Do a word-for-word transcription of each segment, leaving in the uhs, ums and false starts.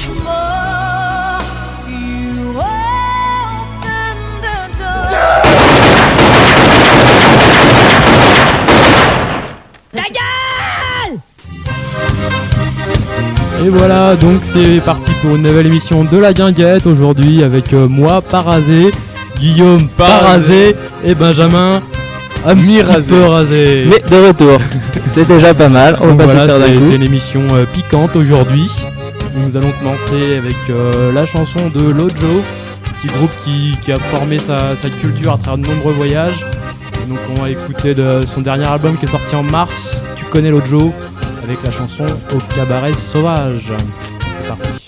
Et voilà, donc c'est parti pour une nouvelle émission de la Guinguette aujourd'hui avec euh, moi, Parasé, Guillaume, Parasé et Benjamin, un petit peu rasé. Mais de retour, c'est déjà pas mal, on donc va voilà, pas tout faire d'un coup. C'est une émission euh, piquante aujourd'hui. Nous allons commencer avec euh, la chanson de Lojo, petit groupe qui, qui a formé sa, sa culture à travers de nombreux voyages. Et donc on va écouter de son dernier album qui est sorti en mars, Tu connais Lojo, avec la chanson Au cabaret sauvage. C'est parti.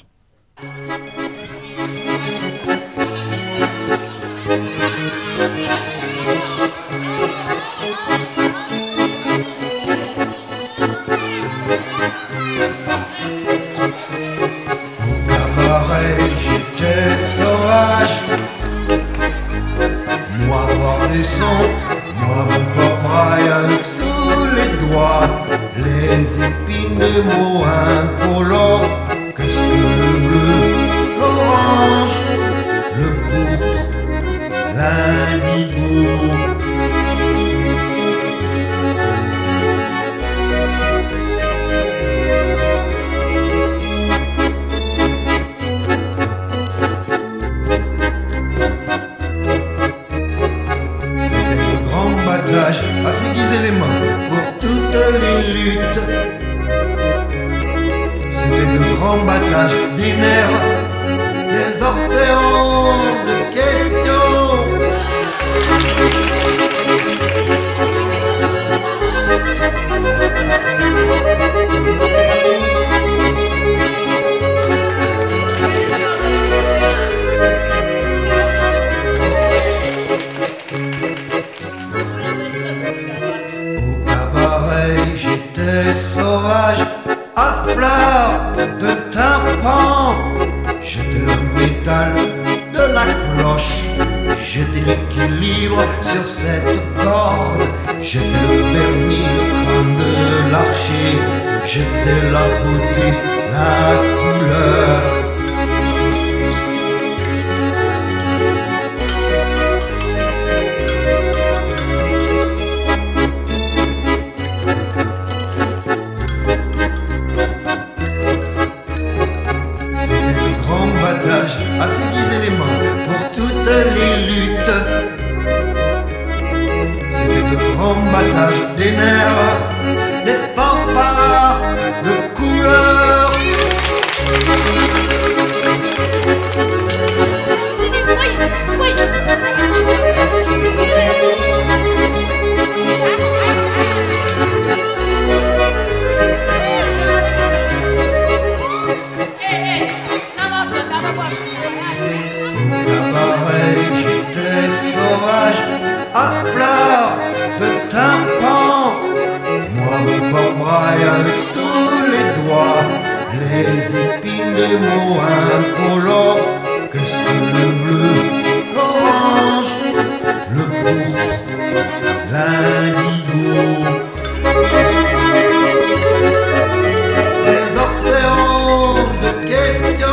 Au cabaret j'étais sauvage, moi voir des sons, moi mon porte-braille avec sous les doigts. Les épines des mots incolores, qu'est-ce que le bleu, l'orange, le pourpre, l'indigo. C'était de grands battages à s'aiguiser les mains pour toutes les luttes. C'était de grands battages, des nerfs, des orphéons de questions. Au cabaret j'étais sauvage, à fleurs de tympan. J'étais le métal de la cloche, j'étais l'équilibre sur cette corde. J'étais le vernis, le crâne de l'archer, j'étais la beauté, la couleur. À s'aiguiser les mains pour toutes les luttes. C'était de grands battages, des nerfs, des fanfares de couleurs. À fleurs de tympan, moi mon porte-braille avec tous les doigts, les épines des mots incolores, qu'est-ce que le bleu, l'orange, le pourpre, l'indigo. Les orphéons de questions.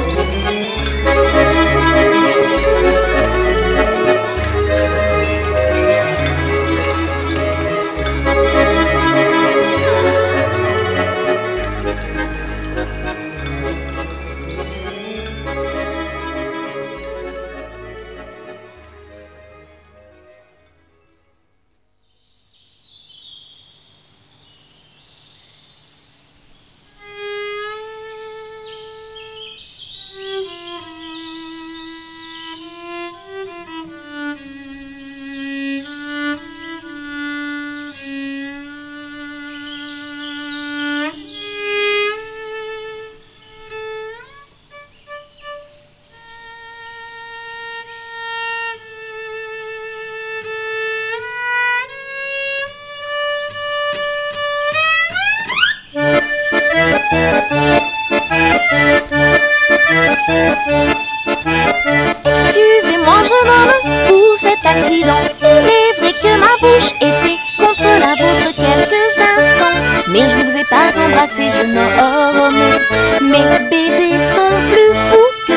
Excusez-moi jeune homme pour cet accident. Il est vrai que ma bouche était contre la vôtre quelques instants, mais je ne vous ai pas embrassé jeune homme. Mes baisers sont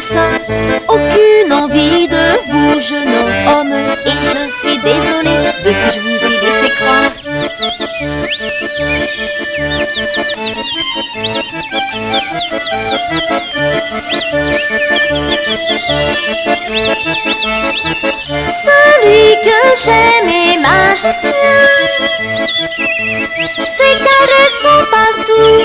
ressens aucune envie de vous, jeune homme, et je suis désolée de ce que je vous ai laissé croire. Celui que j'aime est majestueux, ses caresses sont partout,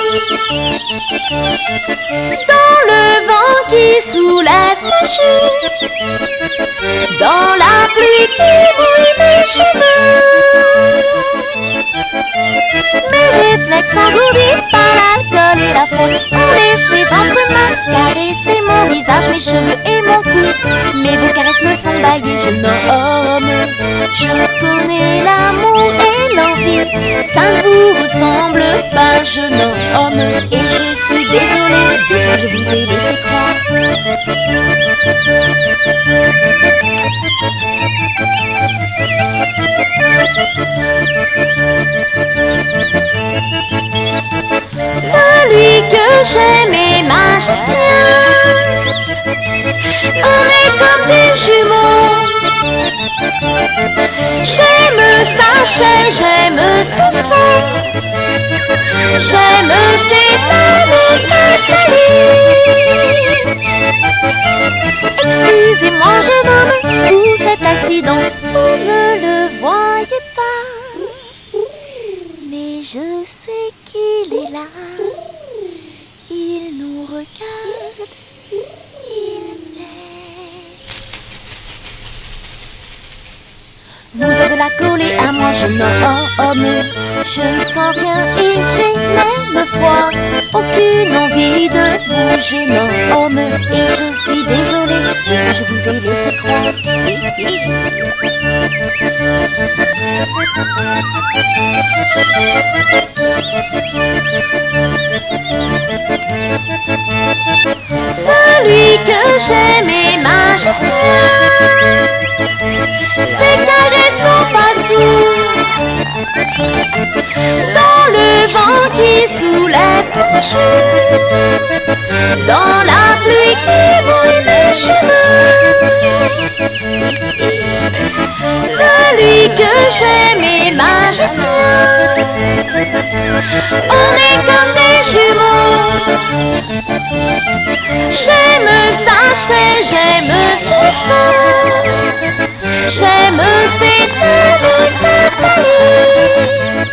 dans le vent qui soulève mes cheveux, dans la pluie qui mouille mes cheveux. Mes réflexes engourdis par l'alcool et la fête ont laissé votre main caresser mon visage, mes cheveux et mon cou. Mais vos caresses me font bailler, jeune homme. Je connais l'amour et l'envie, ça ne vous ressemble pas, jeune homme, et je suis désolée de ce que je vous ai laissé croire. Celui que j'aime est majestueux, on est comme des jumeaux. J'aime sa chair, j'aime son sang, j'aime ses mains et sa salive. Excusez-moi, jeune homme, pour cet accident, vous ne le voyez pas, mais je sais qu'il est là. Il nous regarde, il m'aime. Vous êtes là collé à moi, jeune homme. Je ne sens rien et j'ai même froid. Aucune envie de vous, jeune homme, et je suis désolée de ce que je vous ai laissé croire. Celui que j'aime est majestueux, ses caresses sont partout, dans le vent qui soulève mon cheveux, dans la pluie qui mouille mes cheveux. Celui que j'aime est majestueux, on est comme des jumeaux. J'aime sa chair, j'aime son sang, j'aime ses mains et sa salive.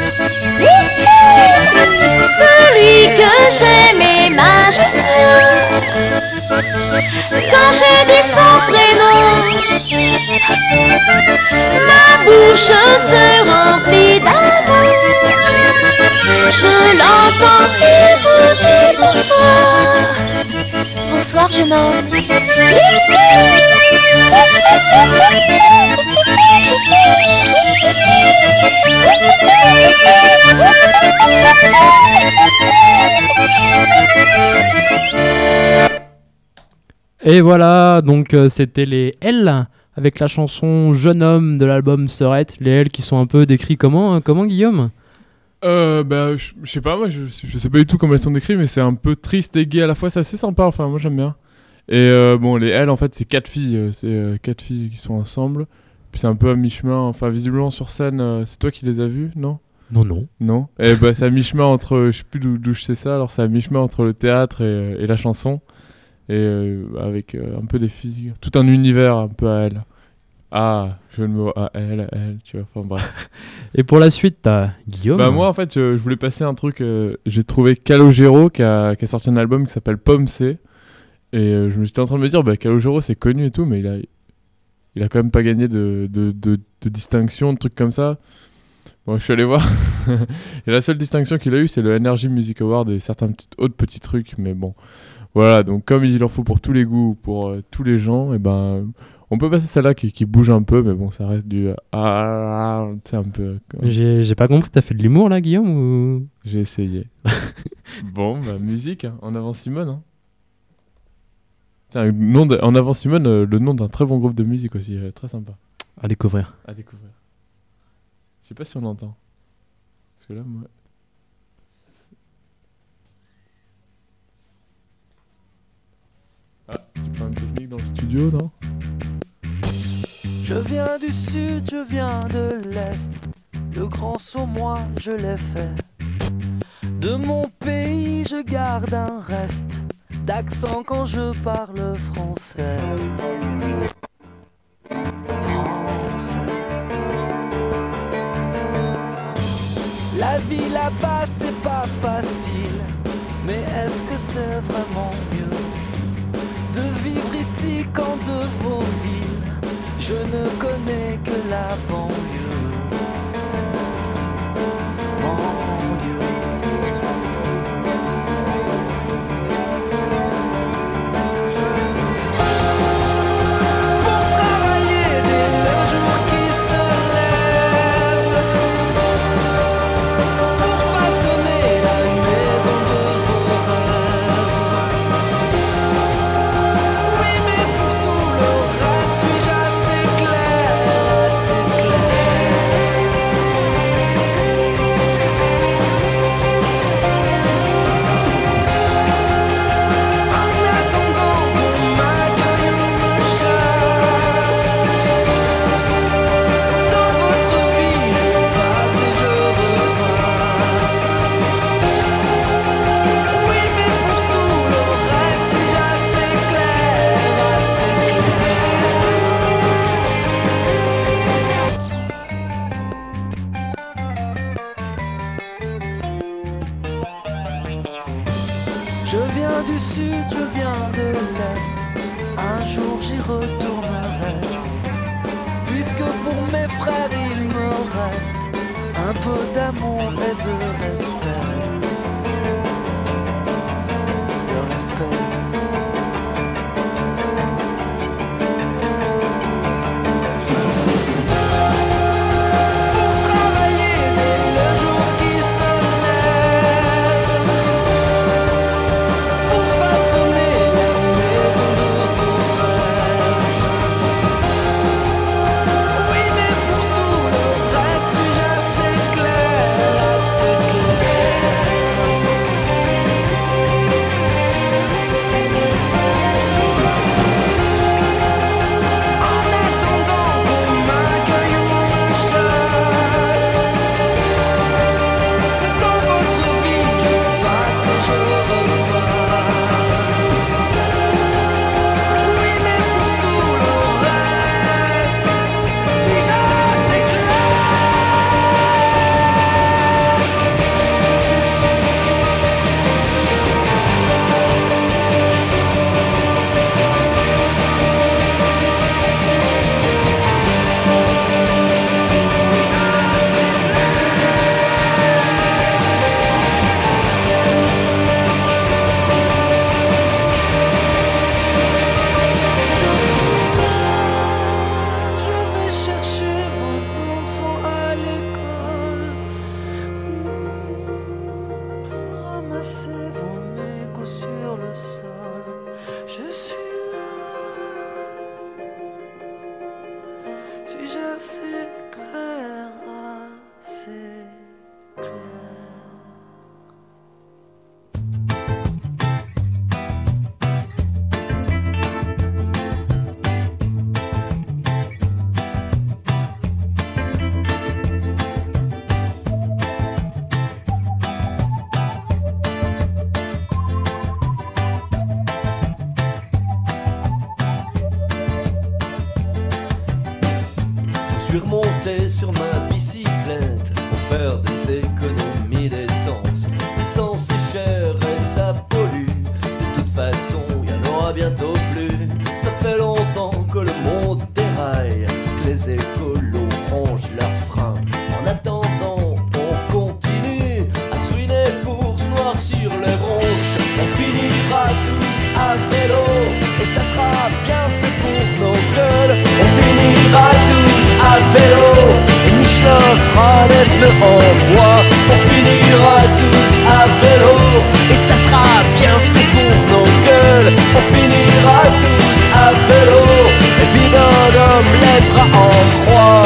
Celui que j'aime est majestueux, quand j'ai dit son prénom, ma bouche se remplit d'amour. Je l'entends et vous dit bonsoir. Bonsoir, jeune homme. Et voilà, donc euh, c'était les L avec la chanson Jeune homme de l'album Serette. Les L qui sont un peu décrits comment, comment Guillaume ? Euh, bah, je je sais pas, moi, je, je sais pas du tout comment elles sont décrites, mais c'est un peu triste et gai à la fois, c'est assez sympa, enfin, moi j'aime bien. Et euh, bon, les L, en fait, c'est quatre filles, euh, c'est euh, quatre filles qui sont ensemble, puis c'est un peu à mi-chemin, enfin, visiblement sur scène, euh, c'est toi qui les as vues, non ? Non, non. Non. Et bah, c'est à mi-chemin entre, je sais plus d'où, d'où je sais ça, alors c'est à mi-chemin entre le théâtre et, et la chanson, et euh, avec euh, un peu des filles, tout un univers un peu à elles. Ah, je ne me vois à elle, à elle, tu vois, enfin bref. Et pour la suite, t'as Guillaume. Bah moi en fait je, je voulais passer un truc, euh, j'ai trouvé Calogero qui a, qui a sorti un album qui s'appelle Pomme C. Et euh, je me j'étais en train de me dire, bah Calogero c'est connu et tout, mais il a, il a quand même pas gagné de, de, de, de distinction, de trucs comme ça. Bon, je suis allé voir. Et la seule distinction qu'il a eu c'est le Energy Music Award et certains petits, autres petits trucs, mais bon. Voilà, donc comme il en faut pour tous les goûts, pour euh, tous les gens, et ben... On peut passer celle-là qui, qui bouge un peu, mais bon, ça reste du... Ah, tu sais, un peu... J'ai, j'ai pas compris, t'as fait de l'humour là, Guillaume ou... J'ai essayé. Bon, bah, musique, hein, En avant Simone. Hein. Tiens, nom de, En avant Simone, euh, le nom d'un très bon groupe de musique aussi, euh, très sympa. À découvrir. À découvrir. Je sais pas si on entend. Parce que là, moi... Ah, tu peux un petit... studio, non? Je viens du sud, je viens de l'est. Le grand saut, moi, je l'ai fait. De mon pays, je garde un reste d'accent quand je parle français. Français. La vie là-bas, c'est pas facile. Mais est-ce que c'est vraiment mieux de vivre ici qu'en de vos villes? Je ne connais que la banlieue. Banlieue. Pour travailler dès le jour qui se lève, pour façonner la maison de vos rêves. Oui, mais pour tout le reste, suis-je assez clair, assez clair? En attendant qu'on m'accueille ou me chasse, dans votre vie je passe et je repasse. Oui, mais pour tout le reste, suis-je assez clair, assez Je viens du sud, je viens de l'est. Un jour j'y retournerai, puisque pour mes frères il me reste un peu d'amour et de respect. Le respect. Pour travailler dès le jour qui se lève, pour façonner la maison de vos rêves. Oui, mais pour tout le reste, suis-je assez clair, assez en attendant qu'on m'accueille ou me chasse, dans votre vie je passe et je repasse. Oui, mais pour tout le reste, suis-je assez clair? Je vais chercher vos enfants à l'école, pour ramasser vos mégots sur le sol. Je suis là. Suis-je assez clair, assez clair? Je suis remonté sur ma bicyclette pour faire des économies d'essence. L'essence est chère et ça pollue. De toute façon, il y en aura bientôt plus. Ça fait longtemps que le monde déraille, que les écolos rongent leurs freins. En attendant, on continue à se ruiner pour se noir sur les bronches. On finira tous à vélo et ça sera bien fait pour nos gueules. On finira tous à vélo et Michelin fera des pneus en bois. On finira tous à vélo et ça sera bien fait pour nos gueules. On finira tous à vélo et Binodome les bras en croix.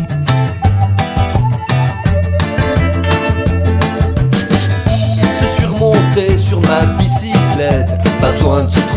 Je suis remonté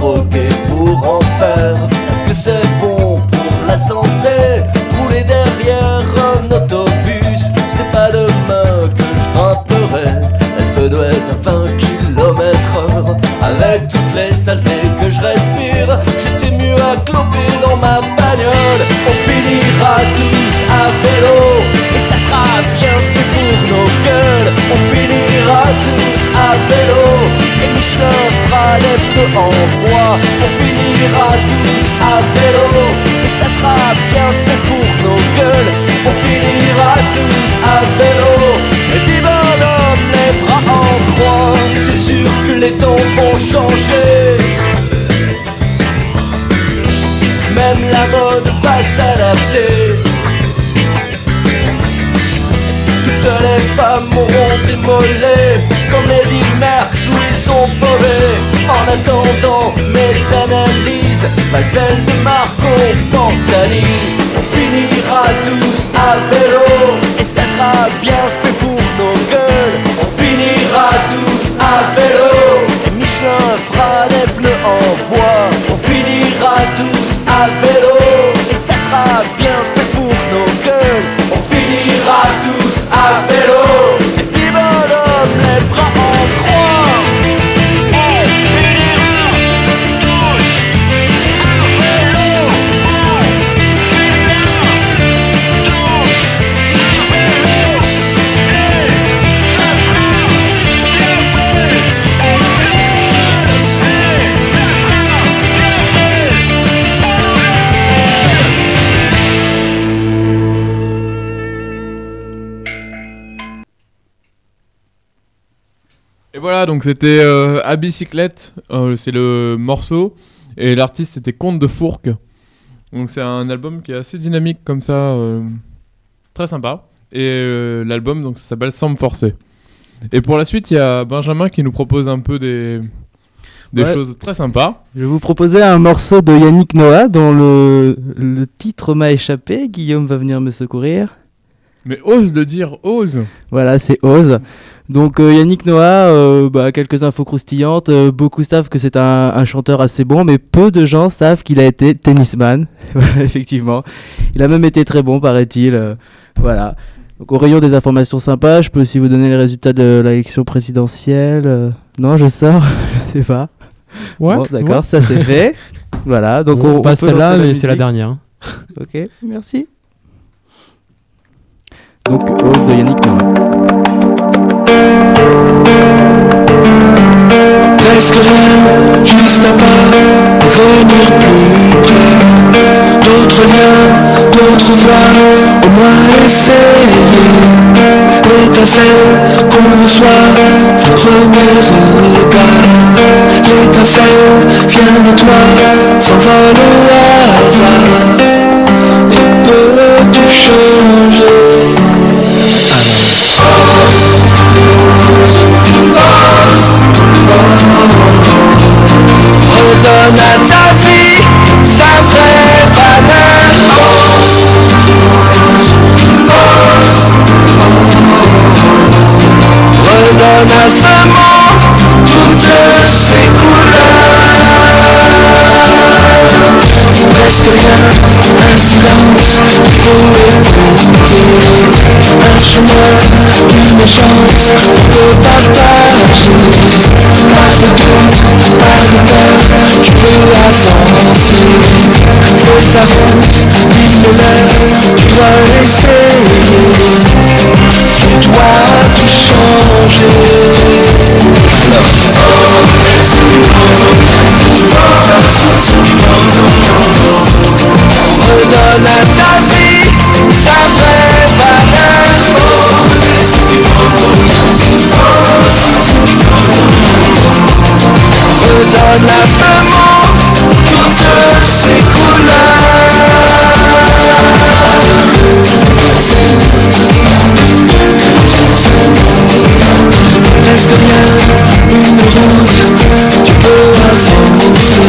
droguer pour en faire. Est-ce que c'est bon pour la santé? Rouler derrière un autobus, ce n'est pas demain que je grimperai Alpe d'Huez à vingt kilomètres heure. Avec toutes les saletés que je respire, j'étais mieux à cloper dans ma bagnole. On finira tous à vélo, mais ça sera bien fait pour nos gueules. On finira tous à vélo, et Michelin fera des pneus en bois. On finira tous à vélo, mais ça sera bien fait pour nos gueules. On finira tous à vélo, et puis bonhomme les bras en croix. C'est sûr que les temps vont changer, même la mode va s'adapter. Toutes les femmes auront des mollets comme Eddie Merckx ou ils sont mauvais. En attendant mes analyses, pas celles de Marco Pantani. On finira tous à vélo, et ça sera bien fait pour nos gueules. On finira tous à vélo, et Michelin fera des pneus en bois. On finira tous à vélo, et ça sera bien fait pour nos gueules. On finira tous à vélo, et puis bonhomme les bras en croix. Et voilà, donc c'était euh, à bicyclette, euh, c'est le morceau, et l'artiste c'était Comte de Fourques. Donc c'est un album qui est assez dynamique comme ça, euh, très sympa. Et euh, l'album donc ça s'appelle Sans me forcer. Et pour la suite, il y a Benjamin qui nous propose un peu des, des Ouais. choses très sympas. Je vais vous proposer un morceau de Yannick Noah dont le, le titre m'a échappé. Guillaume va venir me secourir. Mais ose le dire, ose. Voilà, c'est Ose. Donc euh, Yannick Noah, euh, bah, quelques infos croustillantes. Euh, beaucoup savent que c'est un, un chanteur assez bon, mais peu de gens savent qu'il a été tennisman. Effectivement. Il a même été très bon, paraît-il. Euh, voilà. Donc au rayon des informations sympas, je peux aussi vous donner les résultats de l'élection présidentielle. Euh, non, je sors, je sais pas. Ouais. Bon, d'accord, ouais. ça c'est fait. Voilà, donc on, on, passe peut celle-là, lancer mais c'est la musique. dernière. hein. Ok, merci. Donc Ose de Yannick Noah. Presque rien, juste un pas, et venir plus près. D'autres liens, d'autres voies, au moins essayer. L'étincelle qu'on reçoit du premier regard. L'étincelle vient de toi, s'envole au hasard, et peut tout changer. Redonne à ta vie sa vraie valeur. Redonne à ce monde toutes ses couleurs. Presque rien, un silence, il faut écouter. Un chemin, une chance, on peut partager. Pas de doute, pas de peur, tu peux avancer. Fais ta route, dis le leur, tu dois l'essayer. Tu dois tout changer. Redonne à ta vie sa vraie valeur. Redonne à ce monde toutes ses couleurs. Reste rien, une route, tu peux avancer.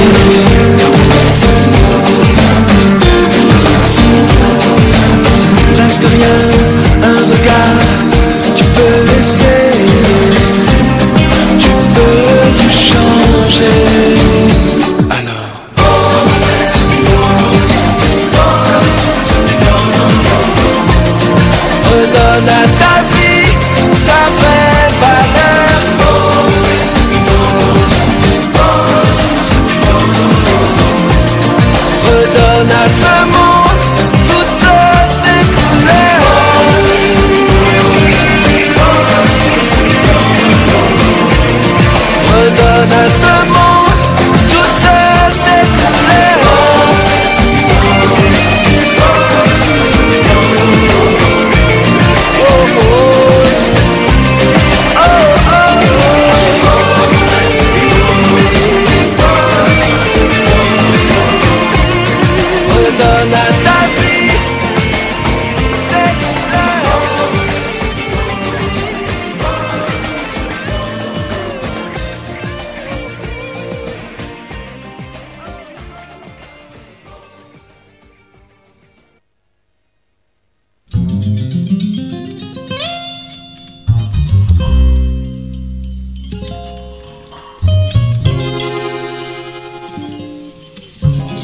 Presque rien, un regard, tu peux essayer. Tu peux tout changer.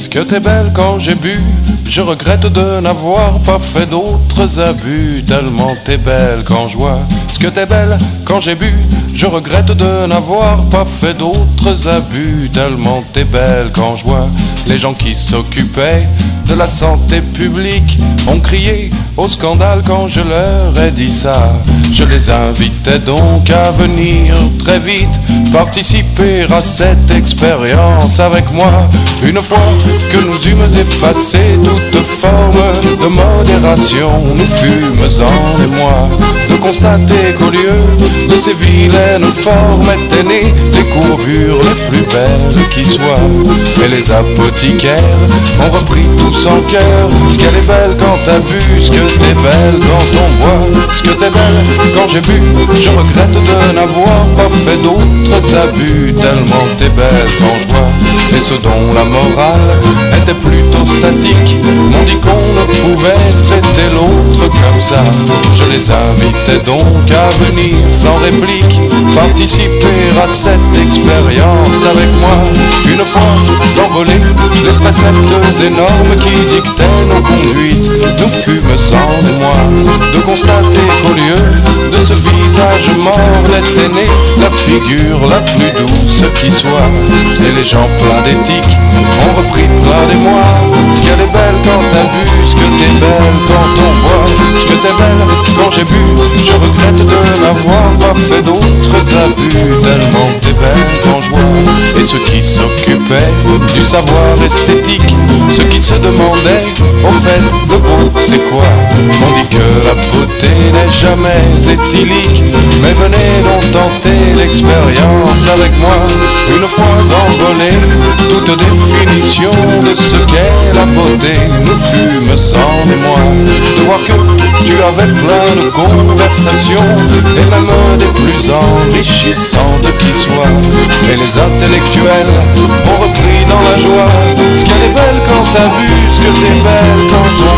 que t'es belle quand j'ai bu, je regrette de n'avoir pas fait d'autres abus. Tellement t'es belle quand je vois ce que t'es belle quand j'ai bu, je regrette de n'avoir pas fait d'autres abus. Tellement t'es belle quand je vois les gens qui s'occupaient de la santé publique ont crié au scandale quand je leur ai dit ça. Je les invitais donc à venir très vite participer à cette expérience avec moi. Une fois que nous eûmes effacé toute forme de modération, nous fûmes en émoi de constater qu'au lieu de ces vilaines formes étaient nées les courbures les plus belles qui soient. Et les apothicaires ont repris tous en cœur: ce qu'elle est belle quand t'as bu, ce que t'es belle quand on boit, ce que t'es belle quand j'ai bu, je regrette de n'avoir pas fait d'autres abus. Tellement t'es belle quand je vois, et ceux dont la morale était plutôt statique m'ont dit qu'on ne pouvait traiter l'autre comme ça. Je les invitais donc à venir sans réplique participer à cette expérience avec moi. Une fois envolés les préceptes énormes qui dictaient nos conduites, nous fûmes sans émoi de constater qu'au lieu de ce visage mort n'était née la figure la plus douce qui soit. Et les gens pleins d'éthique ont repris plein d'émoi: ce qu'elle est belle quand t'as bu, ce que t'es belle quand on boit, ce que t'es belle quand j'ai bu, je regrette de n'avoir pas fait d'autres abus. Tellement t'es belle quand je vois, et ceux qui s'occupaient du savoir esthétique, ceux qui se demandaient au fait de beau c'est quoi, on dit que la beauté n'est jamais éthylique. Mais venez donc tenter l'expérience avec moi. Une fois envolée toute définition de ce qu'est la beauté, nous fûmes sans émoi de voir que tu avais plein de conversations, et même des plus enrichissantes qui soient. Et les intellectuels ont repris dans la joie: ce qu'elle est belle quand t'as vu, ce que t'es belle quand on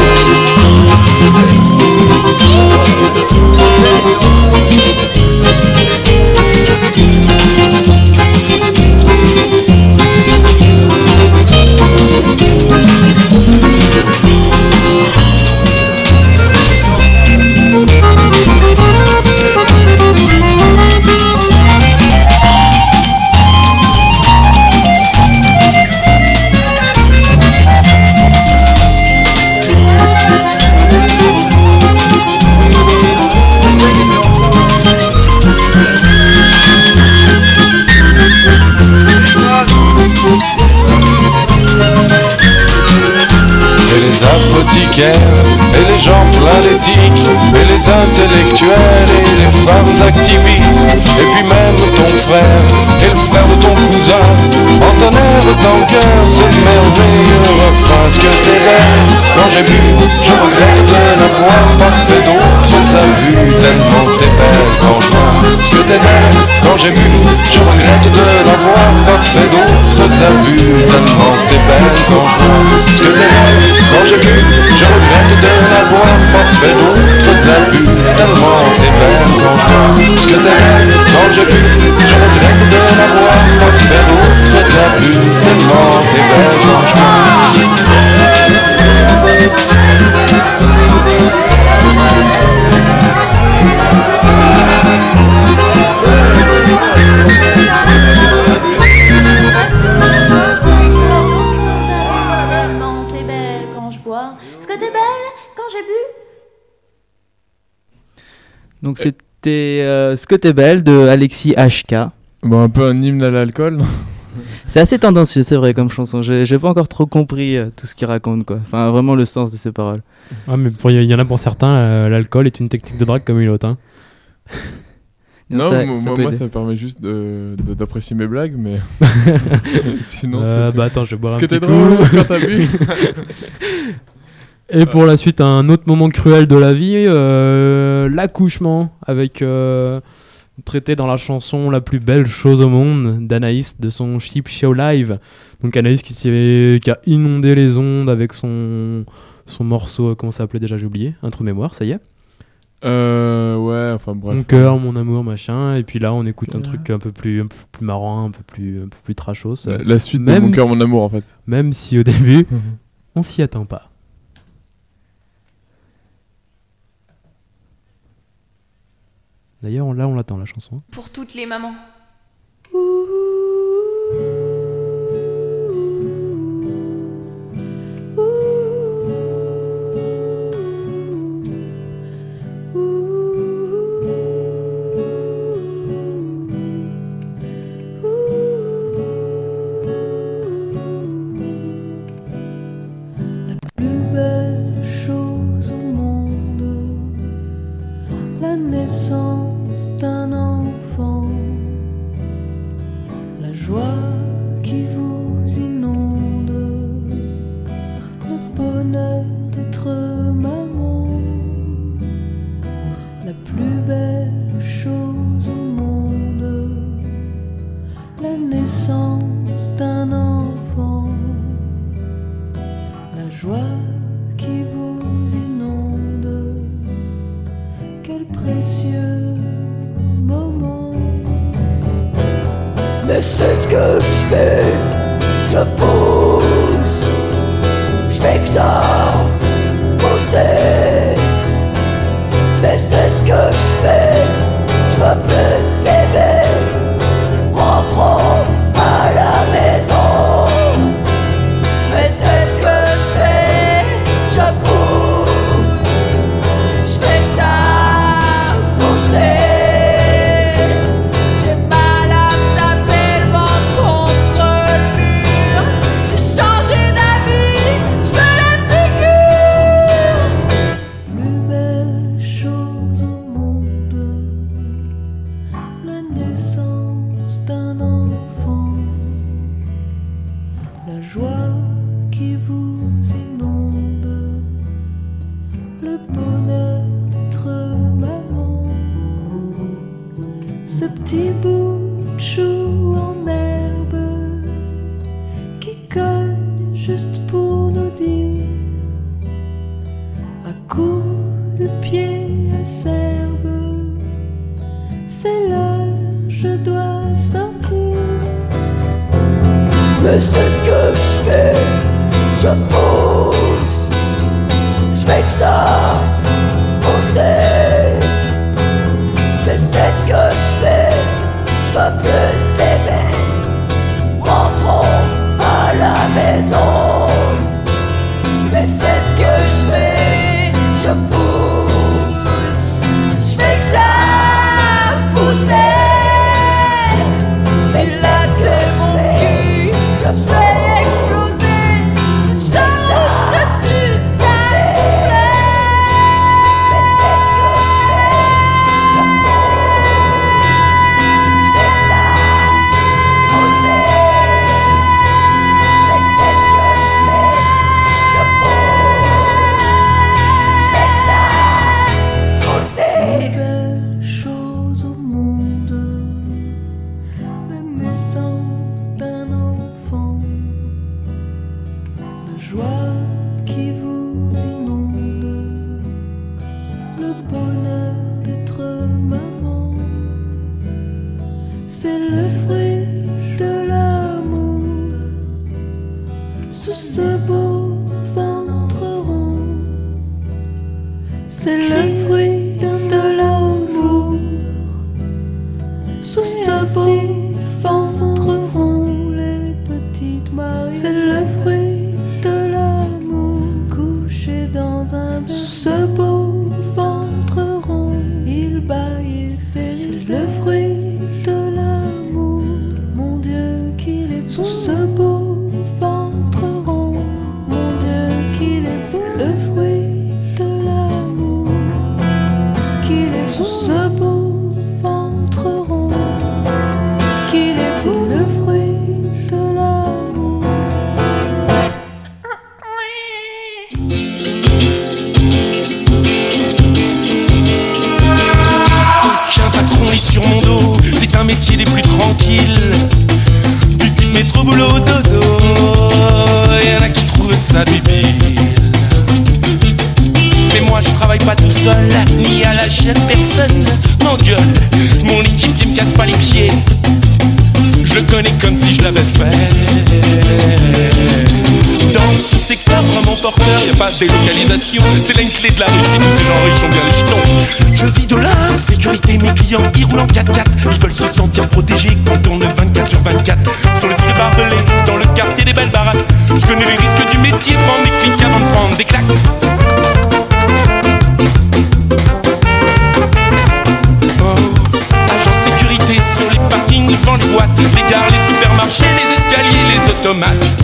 boit. Et les gens pleins d'éthique, et les intellectuels, et les femmes activistes, et puis même ton frère, et le frère de ton cousin, entonnèrent dans le cœur ce merveilleux refrain: ce que t'es belle quand j'ai bu, je regrette de n'avoir pas fait d'autres abus. Tellement t'es belle quand je vois, ce que t'es belle quand j'ai bu, je regrette de n'avoir pas fait d'autres abus. Tellement t'es belle quand je vois, ce que t'es belle quand j'ai bu, je regrette de n'avoir pas fait d'autres abus. Tellement t'es belle quand je vois, ce que t'es belle quand j'ai bu, je regrette de n'avoir pas fait d'autres abus. Tellement t'es belle quand je vois. Donc c'était euh, Ce que t'es belle de Alexis H K. Bon, un peu un hymne à l'alcool. C'est assez tendancieux, c'est vrai, comme chanson. J'ai, j'ai pas encore trop compris euh, tout ce qu'il raconte, quoi. Enfin, vraiment le sens de ses paroles. Ah, mais il y en a pour certains, euh, l'alcool est une technique de drague comme une autre. Hein. Non, ça, moi, ça, moi ça me permet juste de, de, d'apprécier mes blagues, mais sinon euh, c'est bah attends, je vais boire ce un que petit t'es coup. drôle quand t'as bu. Et pour la suite, un autre moment cruel de la vie, euh, l'accouchement, avec euh, traité dans la chanson La plus belle chose au monde d'Anaïs de son Cheap Show Live. Donc Anaïs qui, s'est, qui a inondé les ondes avec son, son morceau, comment ça s'appelait déjà, j'ai oublié, un trou de mémoire, ça y est. Euh, ouais, enfin bref. Mon cœur, mon amour, machin. Et puis là, on écoute un truc un peu plus, un peu plus marrant, un peu plus, un peu plus trashos. La, la suite même de Mon cœur, si, mon amour, en fait. Même si au début, on s'y attend pas. D'ailleurs, là, on l'attend, la chanson. Pour toutes les mamans. Naissance d'un enfant, la joie qui vous inonde, le bonheur d'être maman, la plus belle chose au monde, la naissance d'un enfant, la joie qui vous inonde. Quel précieux moment. Mais c'est ce que je fais, je pousse, je fais que ça pousser. Mais c'est ce que je fais, je veux plus de bébé, rentrons à la maison. Mais c'est ce que je fais, je pousse, je fais que ça. J'ai mal à me taper le ventre contre le mur. J'ai changé d'avis, je veux la figure. Plus belle chose au monde, la naissance d'un enfant, la joie qui vous inonde, le bonheur d'être maman. Ce petit bout de chou en herbe qui cogne juste pour nous dire à coups de pied acerbe, c'est l'heure, je dois sortir. Mais c'est ce que je fais, je pousse, je fais que ça pousser. Mais c'est ce que je fais, je veux plus de bébé, rentrons à la maison. Mais c'est ce que je fais, je pousse, je fais que ça pousser. Mais c'est ce que je fais, je fais exploser, tu sais que ça je te tue, ça. C'est le fruit de l'amour sous ce beau ventre rond. C'est le fruit de l'amour sous ce beau ventre rond. Les petites Maries, c'est le fruit de l'amour couché dans un bain. Sous ce beau ventre rond, il baille et fait. C'est le fruit de l'amour, mon Dieu qu'il est beau. Sous ce beau ventre rond, mon Dieu qu'il est beau. C'est le fruit de l'amour, qu'il est beau. Sous ce beau ventre rond, qu'il est beau. C'est le fruit de l'amour. Aucun patron est sur mon dos, c'est un métier des plus tranquilles. Du type métro boulot dodo, y'en a qui trouvent ça débile. Mais moi je travaille pas tout seul, ni à la chaîne, personne m'engueule. Mon équipe qui me casse pas les pieds, je le connais comme si je l'avais fait. Dans ce secteur vraiment porteur, y a pas de délocalisation. C'est là une clé de la réussite, tous ces gens riches ont bien les jetons. Je vis de l'insécurité, mes clients ils roulent en quatre quatre. Ils veulent se sentir protégés quand on tourne vingt-quatre sur vingt-quatre. Sur le fil de Barbelé, dans le quartier des belles baraques. Je connais les risques du métier, prendre des clics avant de prendre des claques. Oh, agent de sécurité sur les parkings, devant les boîtes, les gares, les supermarchés, les escaliers, les automates.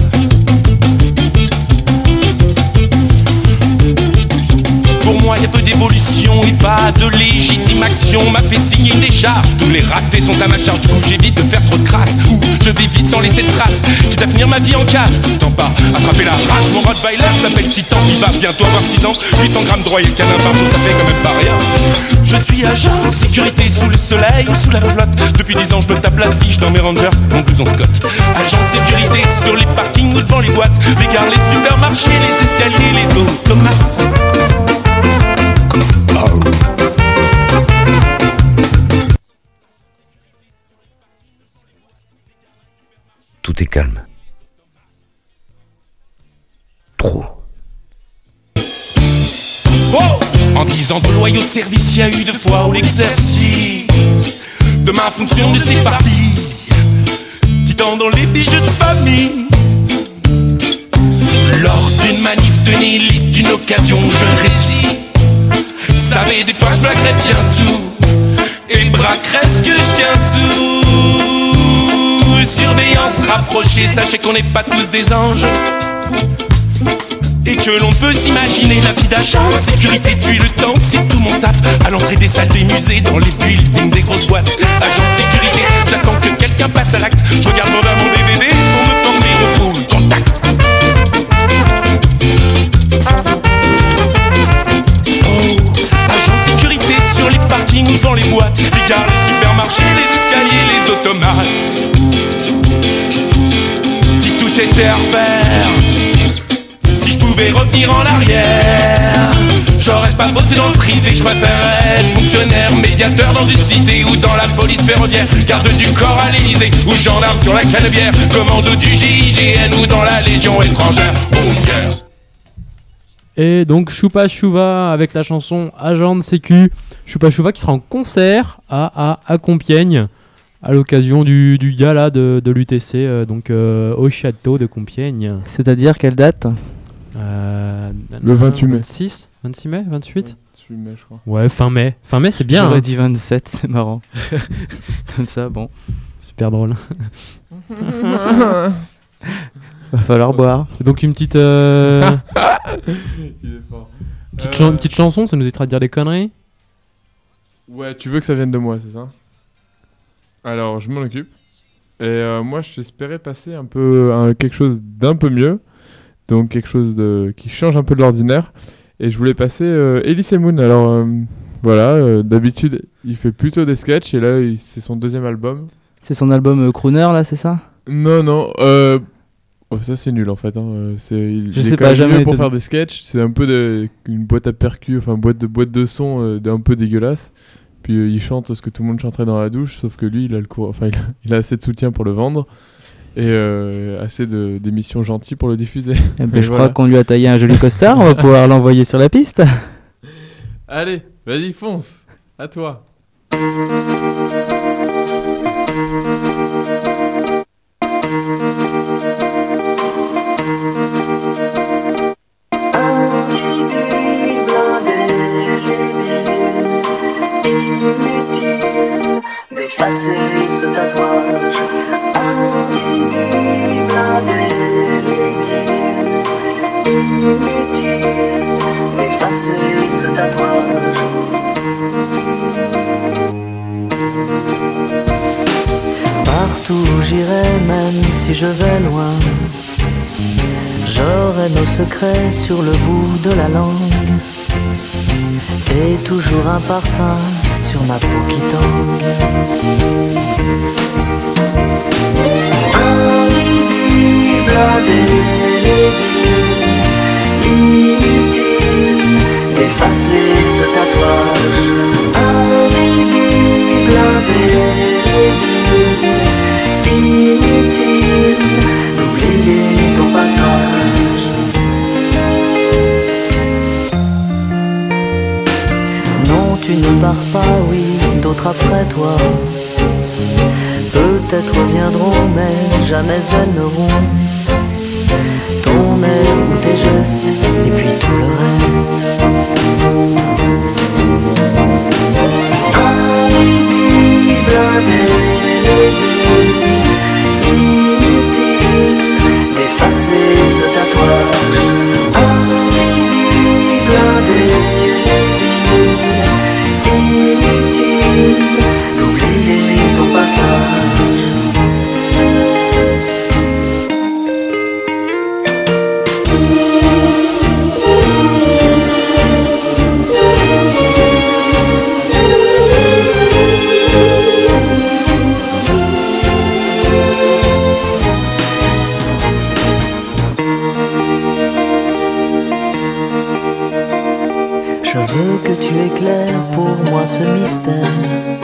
Pour moi y a peu d'évolution et pas de légitime action. M'a fait signer une décharge, tous les ratés sont à ma charge. Du coup j'évite de faire trop de crasse, ou je vais vite sans laisser de traces. Quitte à finir ma vie en cage, t'entends pas attraper la rage. Mon Rottweiler s'appelle Titan, il va bientôt avoir six ans. Huit cents grammes de broyé le canin par jour, ça fait quand même pas rien. Je suis agent de sécurité sous le soleil, sous la flotte. Depuis dix ans je me tape la fiche dans mes Rangers, mon blouson Scott. Agent de sécurité sur les parkings ou devant les boîtes, les gares, les supermarchés, les escaliers, les automates. Tout est calme. Trop. Oh, en dix ans de loyaux service, y a eu deux fois où l'exercice de ma fonction ne s'est pas dit. Titan dans les bijoux de famille. Lors d'une manif de nihiliste, d'une occasion, je résiste. Savez, des fois je braquerais bien tout et braquerais ce que je tiens sous. Surveillance rapprochée, sachez qu'on n'est pas tous des anges et que l'on peut s'imaginer la vie d'agent de sécurité tue le temps. C'est tout mon taf à l'entrée des salles des musées, dans les buildings des grosses boîtes. Agent de sécurité, j'attends que quelqu'un passe à l'acte. Je regarde mon mon D V D pour me former au full contact. Agent de sécurité sur les parkings ou dans les boîtes, les gares, les supermarchés, les escaliers, les automates. Si tout était à refaire, si je pouvais revenir en arrière, j'aurais pas bossé dans le privé, je préférerais être fonctionnaire, médiateur dans une cité ou dans la police ferroviaire, garde du corps à l'Élysée ou gendarme sur la Canebière, commando du G I G N ou dans la Légion étrangère. Bunker. Et donc Choupa Chouva avec la chanson Agent de Sécu. Choupa Chouva qui sera en concert à, à, à Compiègne à l'occasion du, du gala de, de l'U T C, euh, donc euh, au château de Compiègne. C'est-à-dire quelle date? euh, Le vingt-huit mai. vingt-six, vingt-six mai, vingt-huit vingt-huit mai, je crois. Ouais, fin mai. Fin mai, c'est bien. J'aurais hein. dit vingt-sept, c'est marrant. Comme ça, bon. Super drôle. Va falloir boire. Donc une petite, euh... Il est fort. petite, Euh, chan- petite chanson, ça nous évitera de dire des conneries. Ouais, tu veux que ça vienne de moi, c'est ça? Alors, je m'en occupe. Et euh, moi, j'espérais passer un peu à quelque chose d'un peu mieux. Donc, quelque chose de, qui change un peu de l'ordinaire. Et je voulais passer euh, Elise Moon. Alors, euh, voilà, euh, d'habitude, il fait plutôt des sketchs. Et là, il- c'est son deuxième album. C'est son album euh, Crooner, là, c'est ça? Non, non. Euh... oh, ça, c'est nul, en fait. Hein. Euh, C'est, il, Je il est sais quand pas, même jamais mieux pour été- faire des sketchs. C'est un peu de, une boîte à percus, enfin, boîte de, boîte de son euh, d'un peu dégueulasse. Puis euh, il chante ce que tout le monde chanterait dans la douche, sauf que lui, il a, le cour... enfin, il a, il a assez de soutien pour le vendre et euh, assez de, d'émissions gentilles pour le diffuser. Eh ben, Et je voilà. crois qu'on lui a taillé un joli costard, on va pouvoir l'envoyer sur la piste. Allez, vas-y, fonce. À toi. Invisible, indélébile, inutile d'effacer ce tatouage. Invisible, indélébile, inutile d'effacer ce tatouage. Partout où j'irai, même si je vais loin, j'aurai nos secrets sur le bout de la langue et toujours un parfum sur ma peau qui tangue. Invisible, indélébile, inutile d'effacer ce tatouage invisible, indélébile. Inutile d'oublier ton passage. Non, tu ne pars pas, oui, d'autres après toi peut-être viendront, mais jamais elles n'auront ton air ou tes gestes, et puis tout le reste. Invisible, indélébile, inutile d'effacer ce tatouage. Invisible, indélébile, inutile d'oublier ton passage. Je veux que tu éclaires pour moi ce mystère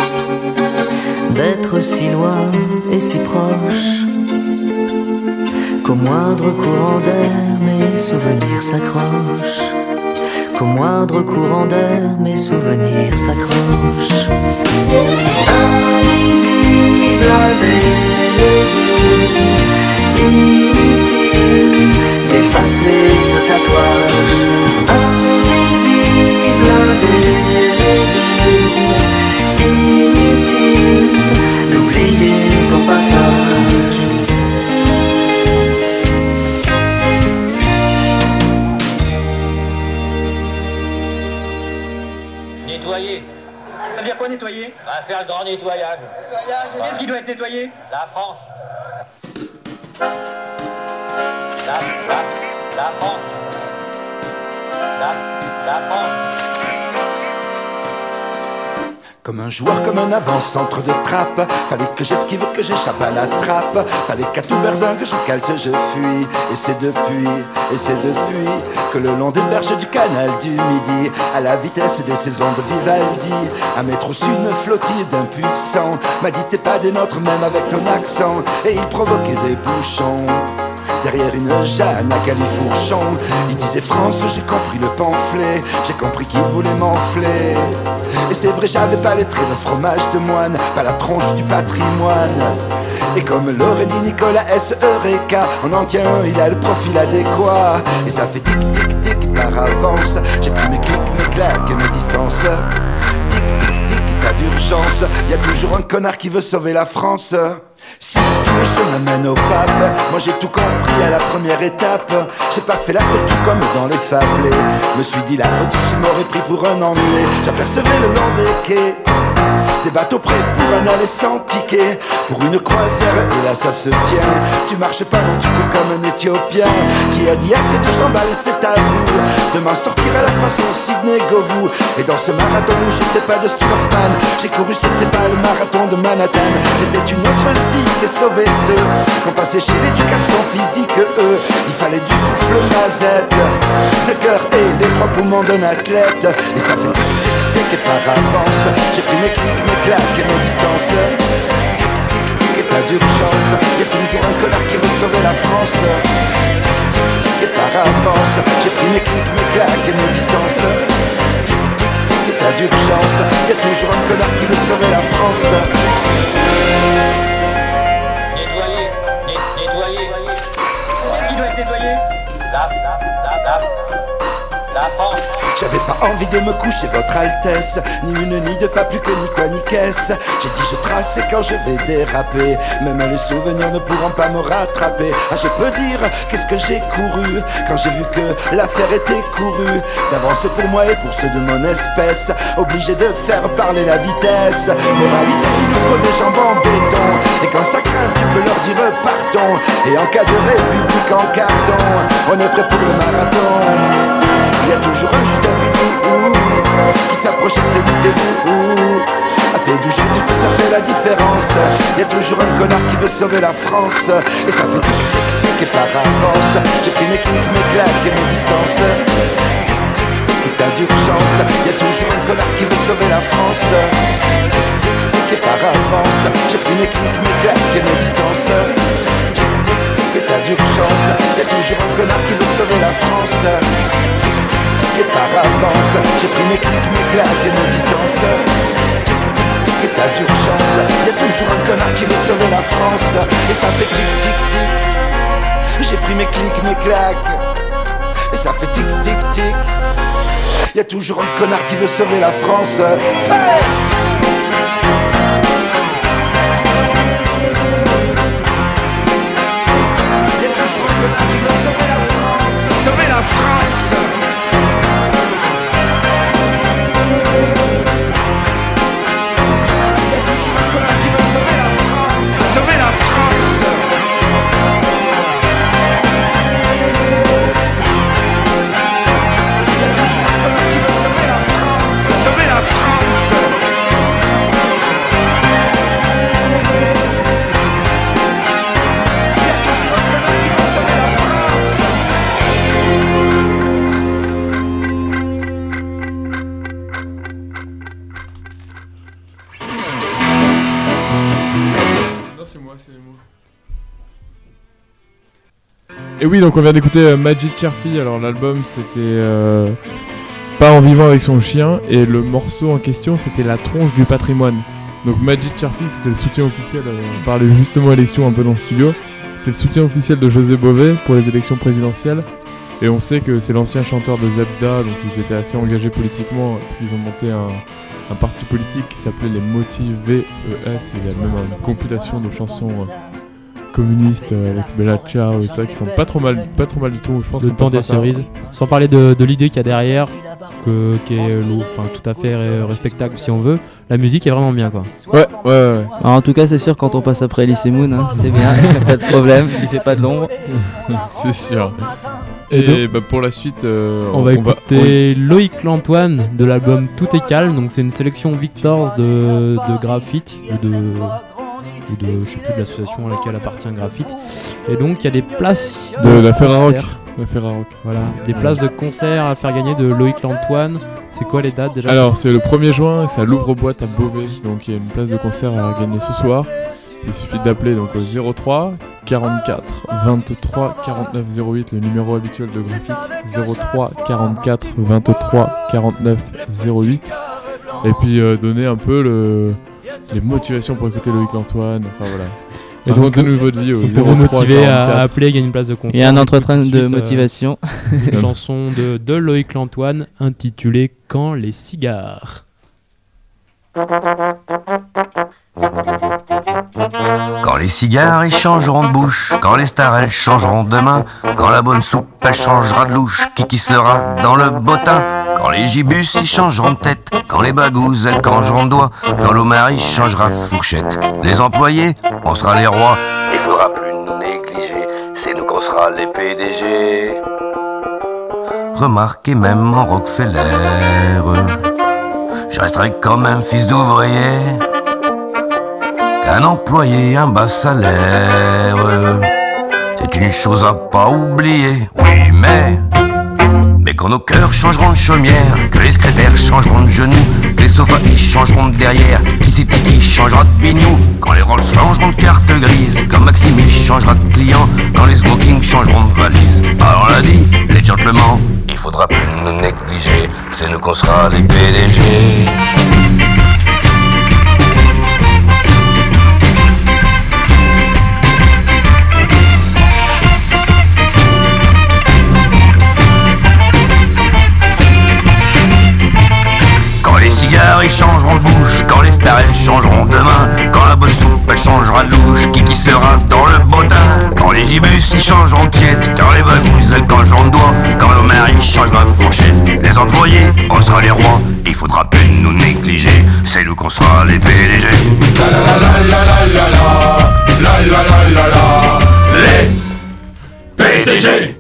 d'être si loin et si proche, qu'au moindre courant d'air mes souvenirs s'accrochent, qu'au moindre courant d'air mes souvenirs s'accrochent. Invisible, indélébile, inutile d'effacer ce tatouage. Invisible, indélébile, inutile d'oublier ton passage. Nettoyer. Ça veut dire quoi nettoyer? On va faire le grand nettoyage. Nettoyage. Qu'est-ce qui doit être nettoyé? La France. La, la, la France. La, la France. Comme un joueur, comme un avant-centre de trappe, fallait que j'esquive, que j'échappe à la trappe. Fallait qu'à tout berzingue je calte, je fuis. Et c'est depuis, et c'est depuis que le long des berges du canal du Midi, à la vitesse des saisons de Vivaldi, un mettre au-dessus une flottille d'impuissants m'a dit t'es pas des nôtres même avec ton accent. Et il provoquait des bouchons derrière une Jeanne à califourchon. Il disait France, j'ai compris le pamphlet, j'ai compris qu'il voulait m'enfler. Et c'est vrai, j'avais pas les traits d'un fromage de moine, pas la tronche du patrimoine. Et comme l'aurait dit Nicolas S. Eureka, en en tient un, il a le profil adéquat. Et ça fait tic tic tic par avance, j'ai pris mes clics, mes claques et mes distances. Tic tic tic, tas d'urgence, y a toujours un connard qui veut sauver la France. Si tous les chemins mènent au pape, moi j'ai tout compris à la première étape. J'ai pas fait la tortue comme dans les fablés. Me suis dit la petite je m'aurais pris pour un anglais. J'apercevais le long des quais des bateaux prêts pour un aller sans ticket, pour une croisière, et là ça se tient. Tu marches pas, non, tu cours comme un Éthiopien qui a dit assez de jambes, allez c'est à vous de m'en sortir à la façon Sidney Govou. Et dans ce marathon où j'étais pas de Steve Hoffman, j'ai couru, c'était pas le marathon de Manhattan. C'était une autre zik et sauver ceux qu'on passait chez l'éducation physique. Eux, il fallait du souffle mazette, de cœur et les trois poumons d'un athlète. Et ça fait tic tic tic et par avance, j'ai pris mes clics, mes claques et mes distances. Tic tic tic et pas d'urgence, y'a toujours un connard qui veut sauver la France. Tic tic tic et par avance, j'ai pris mes clics, mes claques et mes distances. Tic tic tic et pas d'urgence, y'a toujours un connard qui veut sauver la France. Nettoyer, net- nettoyer. Qu'est-ce qui doit être nettoyé? La, la, la, la, la France. J'avais pas envie de me coucher, votre Altesse, ni une ni deux, pas plus que ni quoi ni caisse. J'ai dit je trace et quand je vais déraper, même les souvenirs ne pourront pas me rattraper. Ah je peux dire qu'est-ce que j'ai couru quand j'ai vu que l'affaire était courue d'avance pour moi et pour ceux de mon espèce, obligé de faire parler la vitesse. Moralité, il me faut des jambes en béton, et quand ça craint tu peux leur dire partons. Et en cas de république en carton, on est prêt pour le marathon. Il y a toujours un juste un qui s'approche et te dit t'es où. À tes douze j'ai tout ça fait la différence. Il y a toujours un connard qui veut sauver la France. Et ça fait tic tic tic et par avance, j'ai pris mes clics, mes claques et mes distances. Tic tic tic tic, t'as d'urgence. Y'a toujours un connard qui veut sauver la France. Tic, tic, tic, et par avance. J'ai pris mes clics, mes claques et mes distances. Tic, tic, tic, et t'as d'urgence. Y'a toujours un connard qui veut sauver la France. Tic, tic, tic, et par avance. J'ai pris mes clics, mes claques et mes distances. Tic, tic, tic, et t'as d'urgence. Y'a toujours un connard qui veut sauver la France. Et ça fait tic, tic, tic. J'ai pris mes clics, mes claques. Et ça fait tic, tic, tic. Y'a toujours un connard qui veut sauver la France. Hey! Y'a toujours un connard qui veut sauver la France. Sauver la France. Y'a toujours un connard qui veut sauver la France. Sauver la France. Et oui, donc on vient d'écouter euh, Magic Cherfi. Alors l'album c'était euh, Pas en vivant avec son chien, et le morceau en question c'était La tronche du patrimoine. Donc Magic Cherfi c'était le soutien officiel, euh, on parlait justement élection un peu dans le studio. C'était le soutien officiel de José Bové pour les élections présidentielles. Et on sait que c'est l'ancien chanteur de Zebda, donc ils étaient assez engagés politiquement, parce qu'ils ont monté un, un parti politique qui s'appelait les Motivés E S, et il y a même une compilation de chansons euh, communistes euh, avec Bella Ciao et ça, qui sont pas trop mal, pas trop mal du tout. Je pense Le temps des cerises. Sans parler de, de l'idée qu'il y a derrière, que, qui est euh, enfin, tout à fait ré- respectable si on veut. La musique est vraiment bien, quoi. Ouais, ouais, ouais. Alors, en tout cas, c'est sûr, quand on passe après Elise Moon, hein, c'est bien, pas de problème, il fait pas de l'ombre. C'est sûr. Et, Et donc, bah pour la suite, euh, on, on, va on écouter Loïc Lantoine de l'album Tout est calme. Donc c'est une sélection Victors de, de graphite ou de, ou de je sais plus de l'association à laquelle appartient Graphite. Et donc il y a des places de, de la Ferrarock. concert. La Ferrarock. Voilà, des places de concert à faire gagner de Loïc Lantoine. C'est quoi les dates déjà? Alors c'est le premier juin, c'est à l'Ouvre-Boîte à Beauvais. Donc il y a une place de concert à gagner ce soir. Il suffit d'appeler donc au zéro trois quarante-quatre vingt-trois quarante-neuf zéro huit, le numéro habituel de Graphite. Zéro trois quarante-quatre vingt-trois quarante-neuf zéro huit. Et puis euh, donner un peu le, les motivations pour écouter Loïc Lantoine. Enfin voilà. Et donc, donc, votre vie au pour vous motiver à, à appeler, gagner une place de concert. Il y a un entretien de suite, motivation. Euh, une chanson de, de Loïc Lantoine intitulée Quand les cigares. Quand les cigares ils changeront de bouche, quand les stars elles changeront de main, quand la bonne soupe elle changera de louche, qui qui sera dans le bottin, quand les gibus ils changeront de tête, quand les bagouzes elles changeront de doigt, quand l'Omari changera de fourchette, les employés on sera les rois, il faudra plus nous négliger, c'est nous qu'on sera les P D G. Remarquez même en Rockefeller, je resterai quand même fils d'ouvrier. Un employé, un bas salaire, c'est une chose à pas oublier. Oui, mais Mais quand nos cœurs changeront de chaumière, que les secrétaires changeront de genoux, que les sofas ils changeront de derrière, qui c'est qui changera de bignou, quand les Rolls changeront de carte grise, quand Maxime il changera de client, quand les smokings changeront de valise. Alors on l'a dit, les gentlemen, il faudra plus nous négliger, c'est nous qu'on sera les P D G. Les cigares ils changeront de bouche, quand les stars elles changeront de main, quand la bonne soupe elle changera de louche, qui qui sera dans le bottin, quand les gibus ils changeront de tiède, quand les bagouzes elles changeront de doigt, quand le mari changera de fourchette, les employés on sera les rois, il faudra plus nous négliger, c'est nous qu'on sera les P D G. La la la la la la la la la la la la les P D G.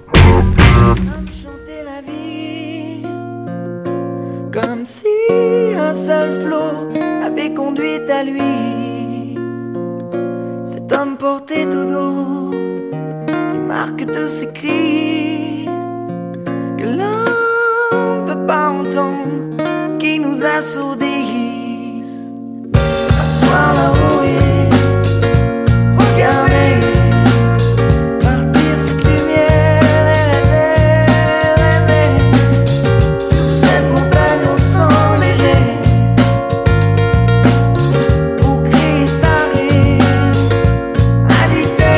Comme si un seul flot avait conduit à lui. Cet homme portait au dos les marques de ses cris que l'on ne veut pas qui nous assourdissent. Asseoir là-haut et regarder partir cette lumière et rêver, rêver. Sur cette montagne on sent léger pour crier s'arrêter.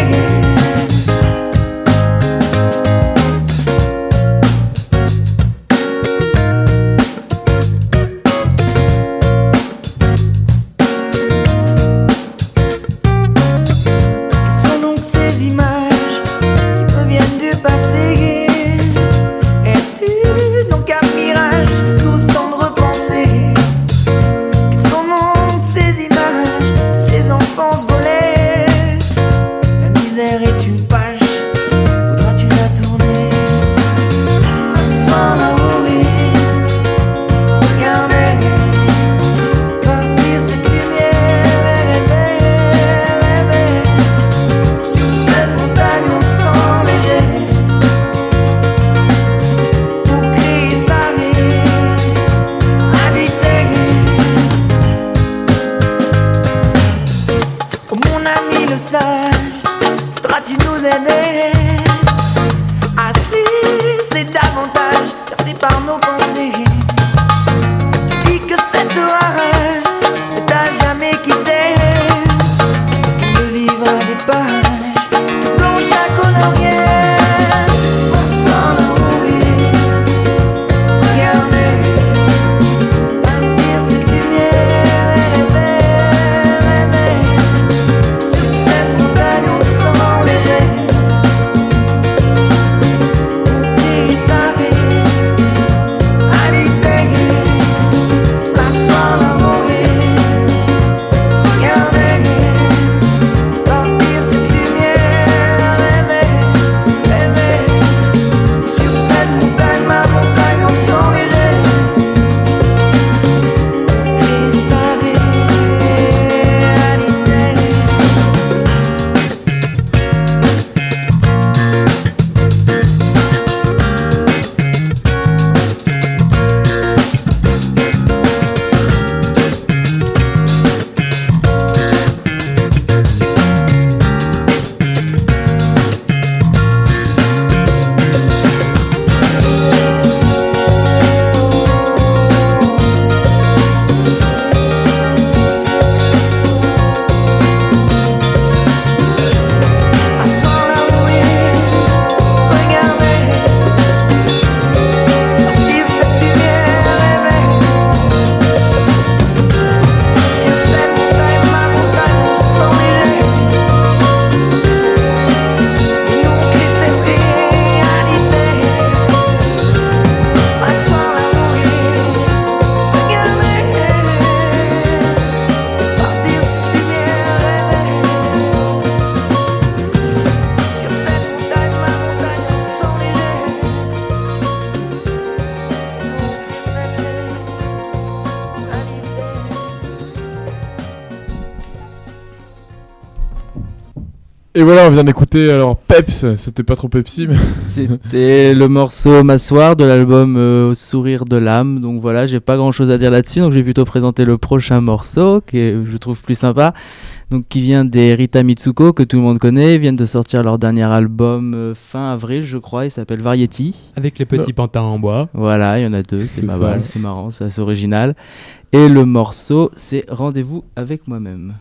Et voilà, on vient d'écouter alors Peps, c'était pas trop Pepsi mais... C'était le morceau M'asseoir de l'album euh, Sourire de l'âme. Donc voilà, j'ai pas grand chose à dire là-dessus, donc je vais plutôt présenter le prochain morceau que je trouve plus sympa. Donc qui vient des Rita Mitsuko, que tout le monde connaît, viennent de sortir leur dernier album euh, fin avril je crois, il s'appelle Variety. Avec les petits Non. pantins en bois. Voilà, il y en a deux, c'est, C'est ma ça. balle, c'est marrant, c'est assez original. Et le morceau c'est Rendez-vous avec moi-même.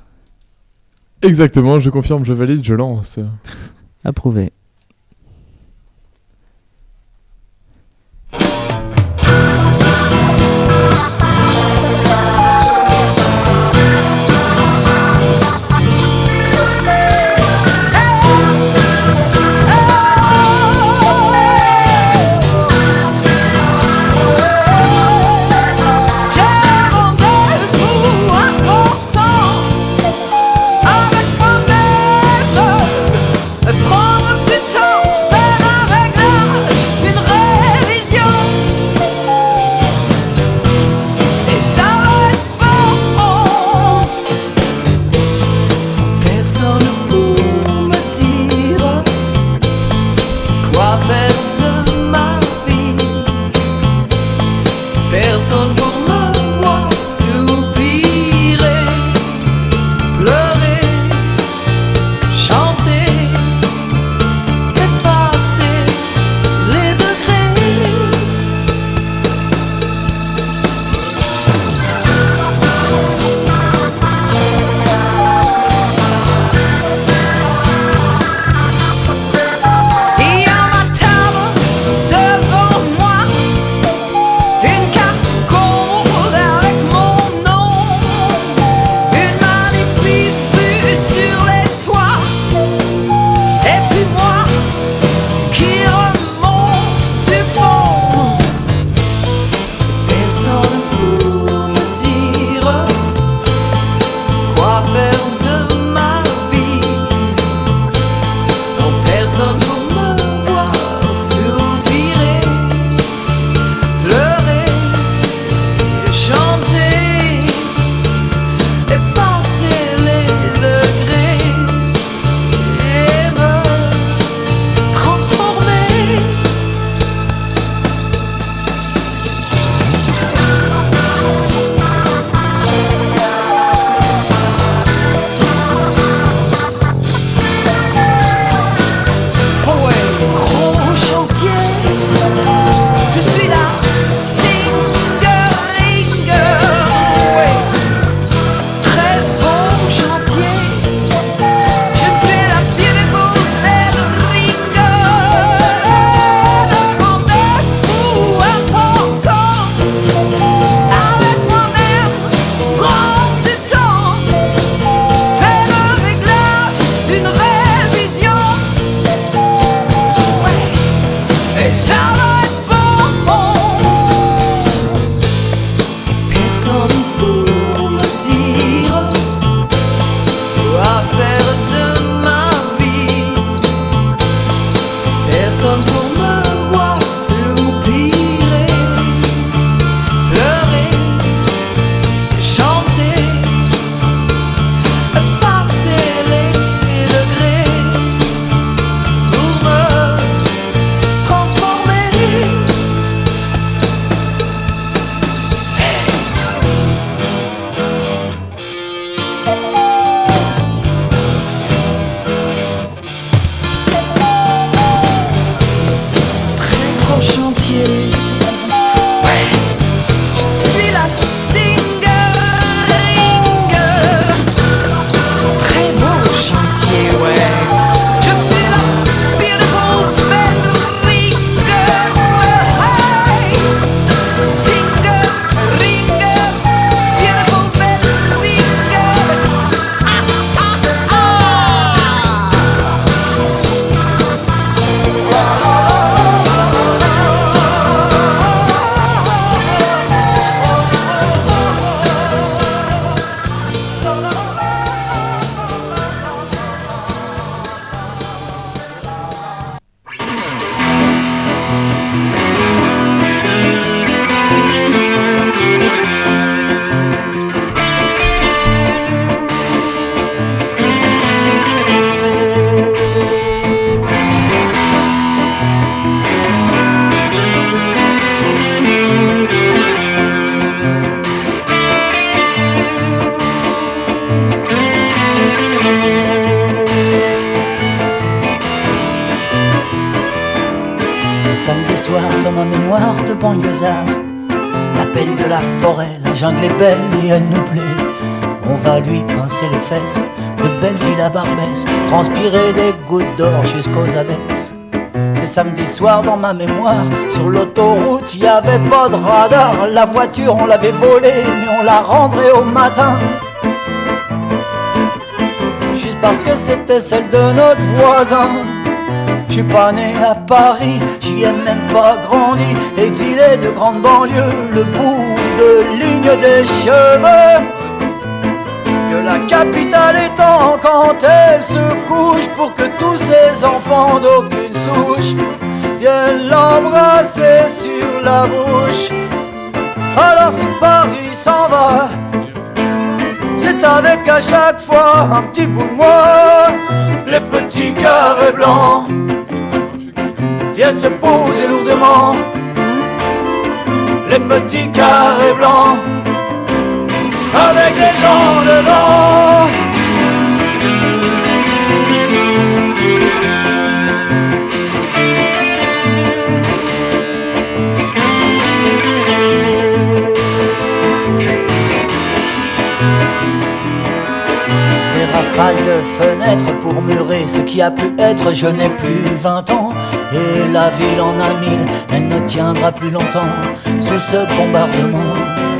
Exactement, je confirme, je valide, je lance. Approuvé. Prendre du faire de ma vie. Personne pour me voir soupirer, pleurer, chanter, passer les degrés pour me transformer. Très gros chantier, ouais, je suis la singer. Très beau chantier, ouais, je suis la beautiful belle ringer. Hey, singer, ringer, beautiful belle ringer. Ah, ah, ah. Ce samedi soir dans ma mémoire de banlieusard, l'appel de la forêt, la jungle est belle et elle nous plaît. On va lui pincer les fesses de Belleville à Barbès, transpirer des gouttes d'or jusqu'aux abaisses. Ce samedi soir dans ma mémoire, sur l'autoroute y avait pas de radar. La voiture on l'avait volée mais on la rendrait au matin, juste parce que c'était celle de notre voisin. Je suis pas né à Paris, j'y ai même pas grandi, exilé de grande banlieue, le bout de ligne des cheveux. Que la capitale étend quand elle se couche, pour que tous ces enfants d'aucune souche viennent l'embrasser sur la bouche. Alors si Paris s'en va, c'est avec à chaque fois un petit bout de moi. Les petits carrés blancs viennent se poser lourdement. Les petits carrés blancs avec les gens dedans. Des rafales de fenêtres pour murer ce qui a pu être. Je n'ai plus vingt ans et la ville en a mille. Elle ne tiendra plus longtemps sous ce bombardement.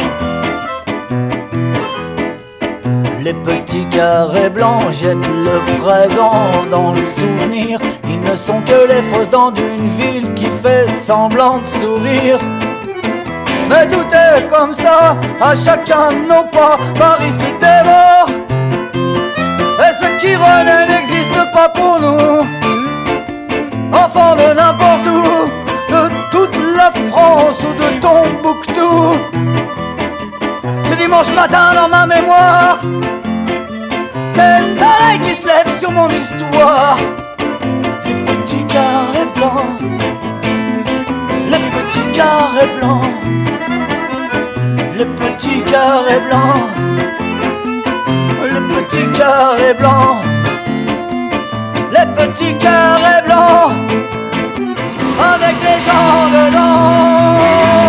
Les petits carrés blancs jettent le présent dans le souvenir. Ils ne sont que les fausses dents d'une ville qui fait semblant de sourire. Mais tout est comme ça, à chacun de nos pas. Paris se dévore et ce qui renaît n'existe pas pour nous. Enfants de n'importe où, de toute la France ou de Tombouctou. Ce dimanche matin dans ma mémoire, c'est le soleil qui se lève sur mon histoire. Les petits carrés blancs, les petits carrés blancs, les petits carrés blancs, les petits carrés blancs, les petits carrés blancs, avec les gens dedans.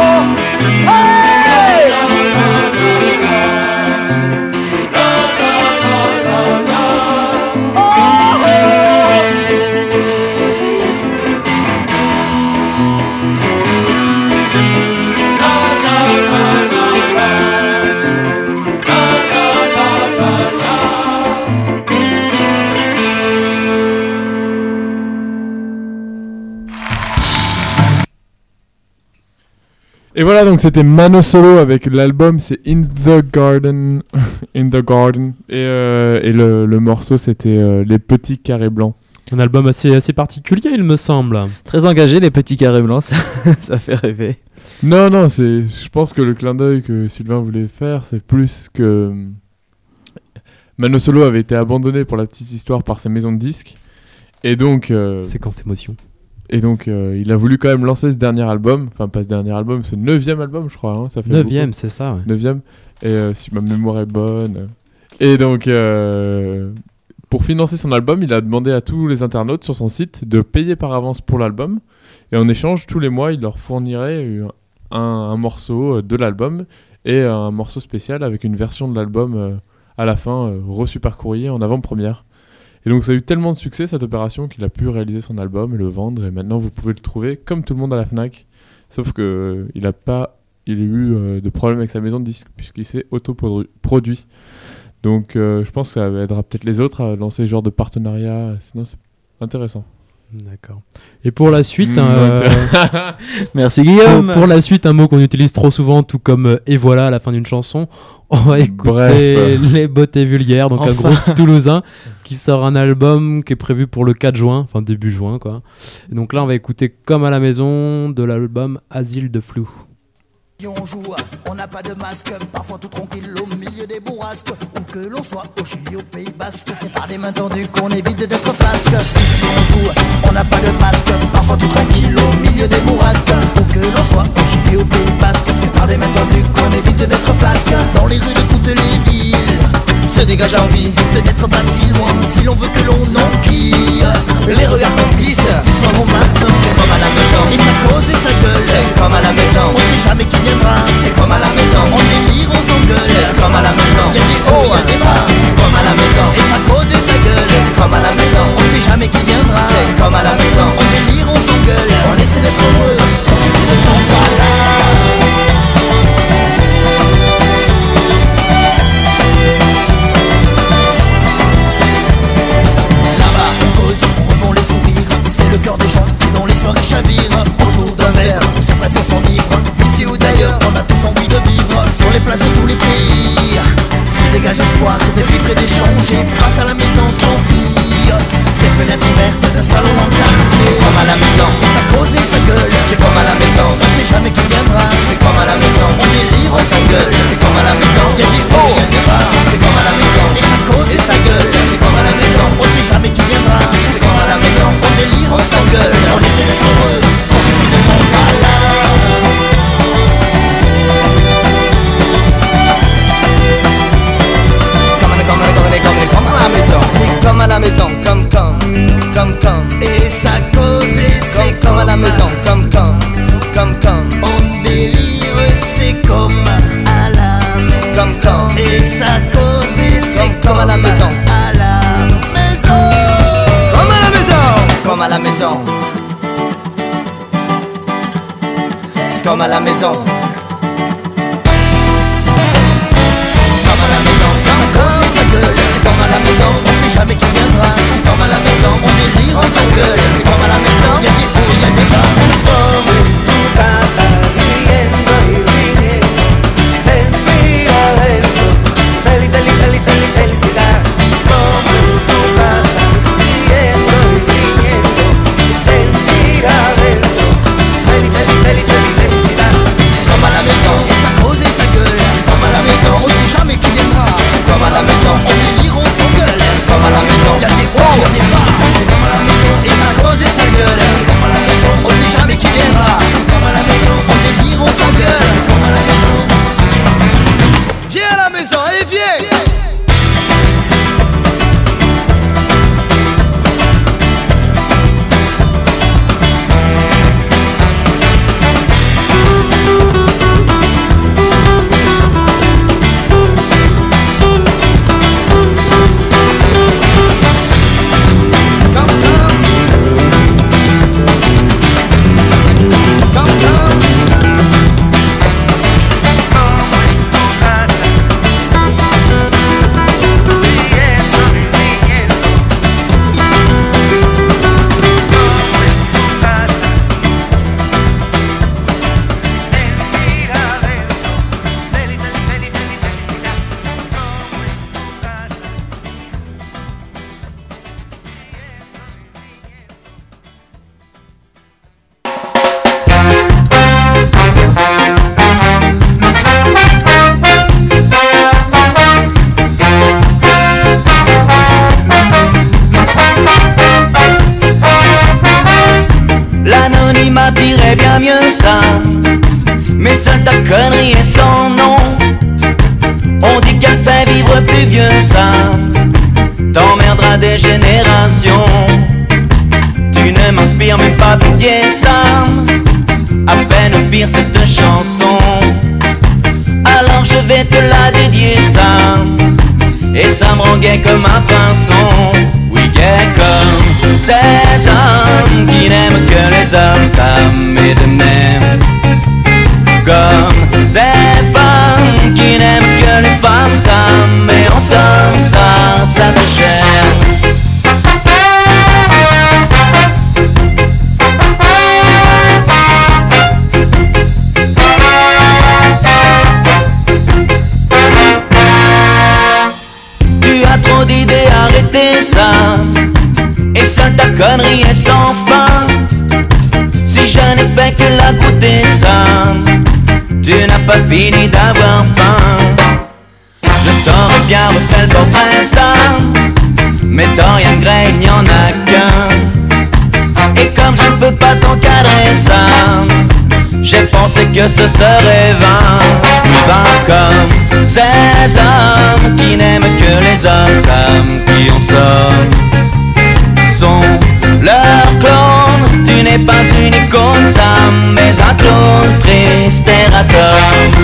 Hey! Et voilà, donc c'était Mano Solo avec l'album, c'est In the Garden. In the Garden. Et, euh, et le, le morceau, c'était euh, Les Petits Carrés Blancs. Un album assez, assez particulier, il me semble. Très engagé, Les Petits Carrés Blancs, ça, ça fait rêver. Non, non, c'est, je pense que le clin d'œil que Sylvain voulait faire, c'est plus que Mano Solo avait été abandonné pour la petite histoire par sa maison de disques. Et donc... Euh, Séquence émotion. Et donc, euh, il a voulu quand même lancer ce dernier album. Enfin, pas ce dernier album, ce neuvième album, je crois. Hein, ça fait neuvième, c'est ça, ouais. Neuvième. Et euh, si ma mémoire est bonne. Et donc, euh, pour financer son album, il a demandé à tous les internautes sur son site de payer par avance pour l'album. Et en échange, tous les mois, il leur fournirait un, un morceau de l'album et un morceau spécial avec une version de l'album euh, à la fin, euh, reçu par courrier en avant-première. Et donc ça a eu tellement de succès cette opération qu'il a pu réaliser son album et le vendre, et maintenant vous pouvez le trouver comme tout le monde à la Fnac, sauf que euh, il a pas il a eu euh, de problèmes avec sa maison de disques puisqu'il s'est autoproduit. Donc euh, je pense que ça aidera peut-être les autres à lancer ce genre de partenariat, sinon c'est intéressant. D'accord. Et pour la suite, Mmh, euh... merci Guillaume. Pour, pour la suite, un mot qu'on utilise trop souvent, tout comme euh, et voilà à la fin d'une chanson. On va écouter Bref. Les Beautés Vulgaires, donc Enfin. un groupe toulousain qui sort un album qui est prévu pour le quatre juin, enfin début juin quoi. Et donc là, on va écouter Comme à la maison de l'album Asile de Flou. On joue, on n'a pas de masque, parfois tout tranquille au milieu des bourrasques. Où que l'on soit au Chili, au Pays Basque, c'est par des mains tendues qu'on évite d'être flasque. Ici on joue, on n'a pas de masque, parfois tout tranquille au milieu des bourrasques. Où que l'on soit au Chili, au Pays Basque, c'est par des mains tendues qu'on évite d'être flasque. Dans les rues de toutes les villes se dégage l'envie de n'être pas si loin si l'on veut que l'on enquille. Les regards qu'on glisse du soir au matin, c'est comme à la maison. Et ça cause et ça gueule, c'est comme à la maison. On sait jamais qui viendra, c'est comme à la maison. On délire, on s'engueule, c'est comme à la maison. Y'a des hauts, y'a des bas, c'est comme à la maison. Et ça cause et ça gueule, c'est comme à la maison. On sait jamais qui viendra, c'est comme à la maison. On délire, on s'engueule, on essaie d'être heureux pour ceux qui ne sont pas là. Le cœur des gens qui dans les soirées chavirent autour d'un verre, on se presse, on s'enivre. D'ici ou d'ailleurs, on a tous envie de vivre sur les places de tous les pays. Se dégage espoir de vivre et d'échanger grâce à la maison tranquille. Des fenêtres ouvertes, un salon en quartier. C'est comme à la maison, ça cause et ça gueule. C'est comme à la maison, on sait jamais qui viendra. C'est comme à la maison, on délire, on s'engueule. C'est comme à la maison, y'a des hauts, y'a des bas. C'est comme à la maison, et ça cause et ça gueule. C'est comme à la maison, on sait jamais qui viendra. C'est comme à la maison, on délire, on s'engueule. On essaie d'être heureux pour ceux qui ne sont pas là. Comme à, comme à, comme à, comme à, comme à la maison. C'est comme à la maison, comme quand, comme quand. Et ça cause et c'est comme à la maison, comme quand, comme quand. On délire, c'est comme à la maison. Comme quand. Et ça cause et c'est comme à la maison. À la maison. Comme à la maison. Comme à la maison. C'est comme à la maison. Comme à la maison. Ça cause et ça gueule. C'est comme à la maison. On sait jamais qui viendra. C'est comme à la maison. On délire, on s'engueule. C'est comme à la maison. Y'a des hauts, y'a des bas. Como tu casa riendo y riendo, sentir adentro feliz, feliz, feliz, feliz, felicidad. Como tu casa riendo y riendo, sentir adentro feliz, feliz, feliz, feliz, felicidad. C'est comme à la maison, et ça cause et ça gueule. C'est comme à la maison, on sait jamais qui viendra. C'est comme à la maison, on délire, on s'engueule. C'est comme à la maison, est bien mieux ça. Mais seule ta connerie et son nom. On dit qu'elle fait vivre plus vieux ça. T'emmerderas des générations. Tu ne m'inspires même pas pitié Sam. À peine pire cette chanson. Alors je vais te la dédier Sam. Et ça me rend gai comme un pinson. Oui gai comme ces hommes qui n'aiment que les hommes Sam. Et de même comme ces femmes qui n'aiment que les femmes Sam. Et en somme ça, ça te sert. Trop d'idées, arrêtez ça. Et seule ta connerie est sans fin. Si je n'ai fait que la goûter ça, tu n'as pas fini d'avoir faim. Je t'aurais bien refait le portrait ça. Mais Dorian Gray il n'y en a qu'un. Et comme je ne peux pas t'encadrer ça, j'ai pensé que ce serait vain. Vain comme ces hommes qui n'aiment que les hommes Sam. Qui en somme sont leurs clones. Tu n'es pas une icône Sam, mais un clone triste et ratoureux.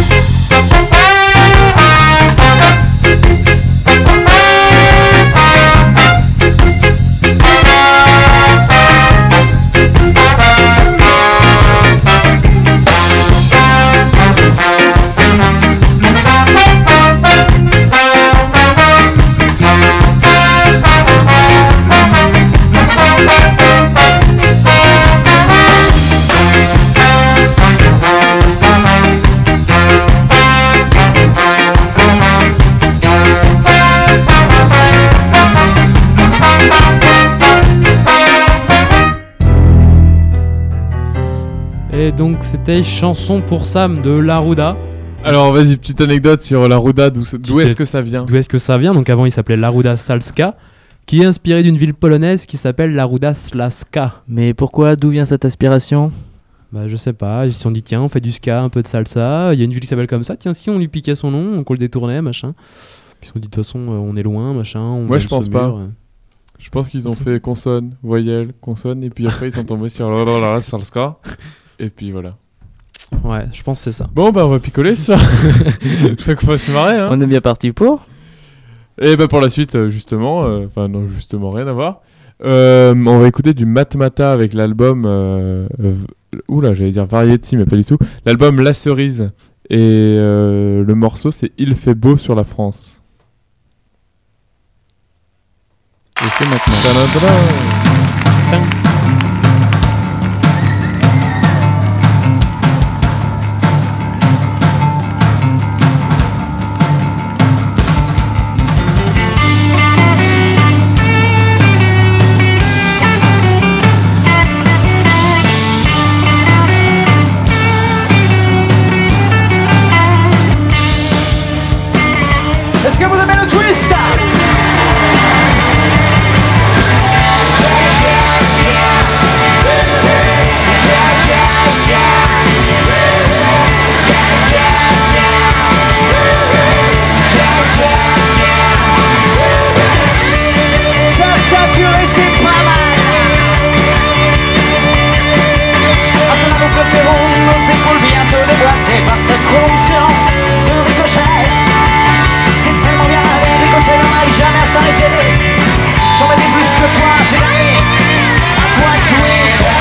Et donc c'était Chanson pour Sam de Larouda. Alors vas-y, petite anecdote sur Larouda, d'où, d'où est-ce que ça vient D'où est-ce que ça vient Donc avant il s'appelait Larouda Salska, qui est inspiré d'une ville polonaise qui s'appelle Larouda Slaska. Mais pourquoi, d'où vient cette inspiration? Bah je sais pas, ils se sont dit tiens on fait du ska, un peu de salsa, il y a une ville qui s'appelle comme ça, tiens si on lui piquait son nom, donc on le détournait machin. Puis on dit de toute façon euh, on est loin machin. On Moi je pense pas. Mur, euh. Je pense qu'ils ont c'est... fait consonne, voyelle, consonne et puis après ils sont tombés sur la salska. Et puis voilà. Ouais, je pense que c'est ça. Bon bah on va picoler ça. Je crois qu'on va se marrer hein. On est bien parti pour. Et bah pour la suite justement, enfin euh, non justement rien à voir. Euh, on va écouter du Matmata avec l'album euh, euh, oula j'allais dire Variety mais pas du tout. L'album La Cerise. Et euh, le morceau c'est Il fait beau sur la France. Et c'est maintenant. Ta-da-da-da. Est-ce que vous aimez le twist? Ça saturé, c'est pas mal. À cela nous préférons nos épaules bientôt déboîtées par cette ronde séance de ricochet. C'est tellement bien, les ricochets n'arrivent jamais à s'arrêter. J'en ai dit plus que toi, j'ai gagné. À toi de jouer.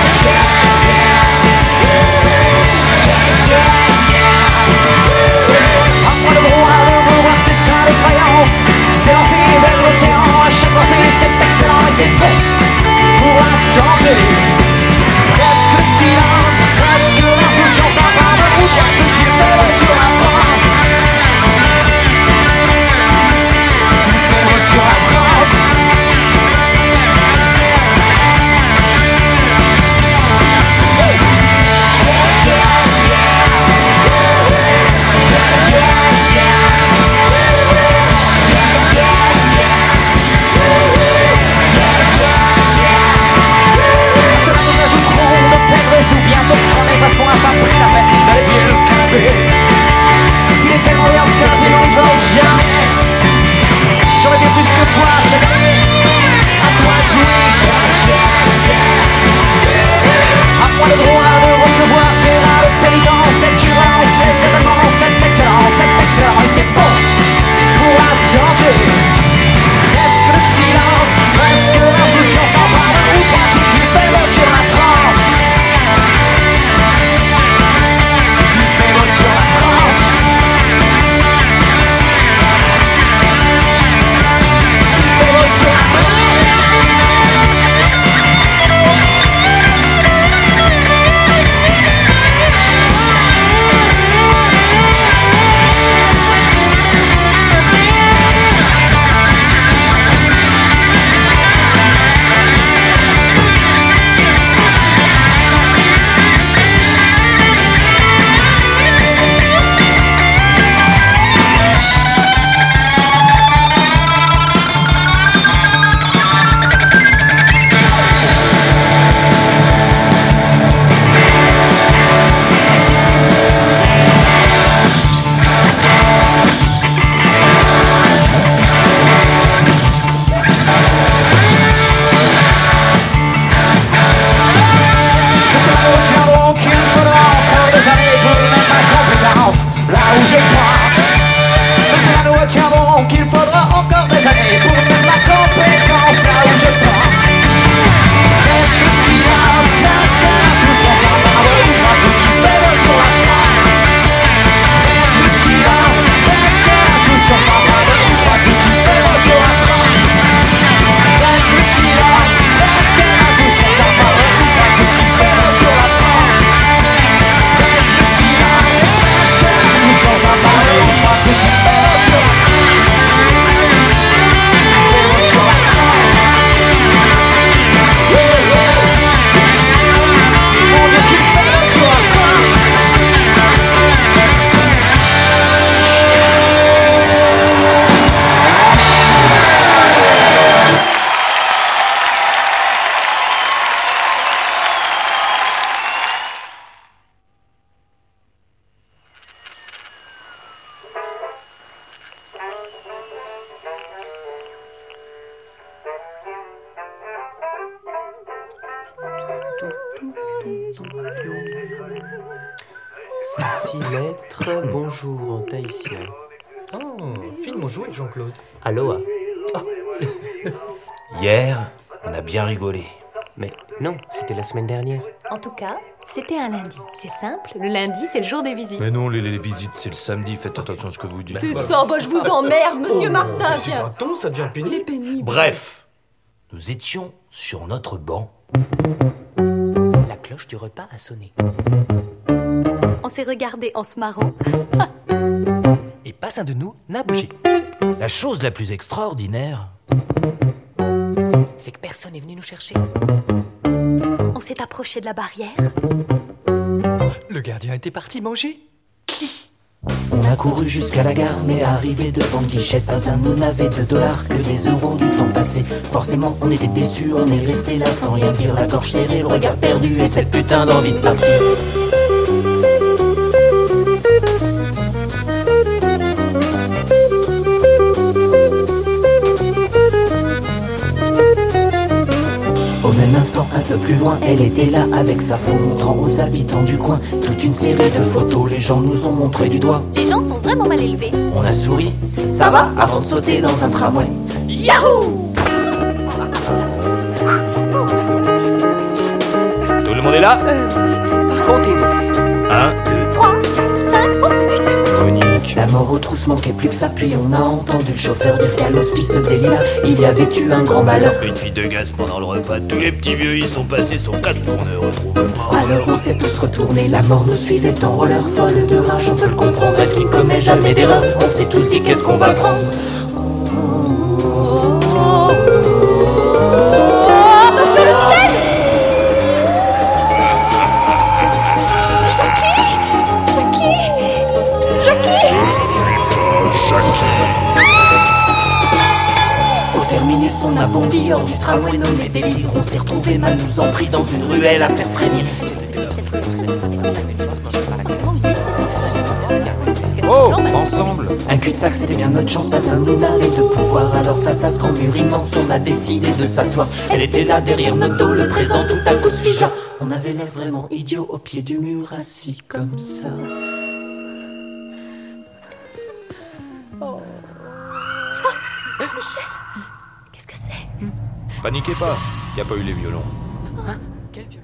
À moi le droit de revoir tes seins de faïence. C'est lancé vers l'océan, à chaque fois c'est excellent et c'est bon pour la santé. Presque silence, presque l'insouciance, un pas de route, y'a tout qu'il fait sur la France. Sur la France, Six lettres, bonjour en tahitien. Oh, finement joué, Jean-Claude. Aloha. Hier, on a bien rigolé. Mais non, c'était la semaine dernière. En tout cas, c'était un lundi. C'est simple, le lundi, c'est le jour des visites. Mais non, les, les visites, c'est le samedi. Faites attention à ce que vous dites. C'est ça, bah je vous emmerde, monsieur Oh, Martin, c'est tiens. pas ton, ça devient pénible. Il est pénible. Bref, nous étions sur notre banc. La cloche du repas a sonné. On s'est regardé en se marrant. Et pas un de nous n'a bougé. La chose la plus extraordinaire, c'est que personne n'est venu nous chercher. On s'est approché de la barrière. Le gardien était parti manger. On a couru jusqu'à la gare, mais arrivé devant le guichet, pas un nous n'avait de dollars, que des euros du temps passé. Forcément, on était déçus, on est resté là sans rien dire, la gorge serrée, le regard perdu et cette putain d'envie de partir. Au même instant, un peu plus loin, elle était là avec sa faux, montrant aux habitants du coin toute une série de photos. Les gens nous ont montré du doigt. Les gens sont vraiment mal élevés. On a souri, ça va, avant de sauter dans un tramway. Yahoo! tout le monde est là? Euh, je sais pas. Comptez-vous. Un, deux, Trois, cinq, oh zut. Monique. La mort au trousse manquait plus que ça, puis on a entendu le chauffeur dire qu'à l'hospice des Lilas, il y avait eu un grand malheur. Une fuite de gaz pendant le repas. Tous les petits vieux y sont passés, sauf quatre qu'on ne retrouve pas. Alors on s'est tous retournés, la mort nous suivait en roller, folle de rage, on peut le comprendre, elle qui commet jamais d'erreur. On s'est tous dit qu'est-ce qu'on va prendre. Attention le tunnel! Jackie! Jackie! Au terminus, on a bondi hors du tramway nommé délire. On s'est retrouvés mal nous en pris dans une ruelle à faire frémir. Oh, ensemble. Un cul-de-sac, c'était bien notre chance, pas un nous n'avait de pouvoir. Alors face à ce grand mur immense, on a décidé de s'asseoir. Elle était là derrière notre dos, le présent tout à coup se figea. On avait l'air vraiment idiot au pied du mur, assis comme ça. Oh. Oh, Michel! Qu'est-ce que c'est? Paniquez pas, y a pas eu les violons. Hein? Quel violon?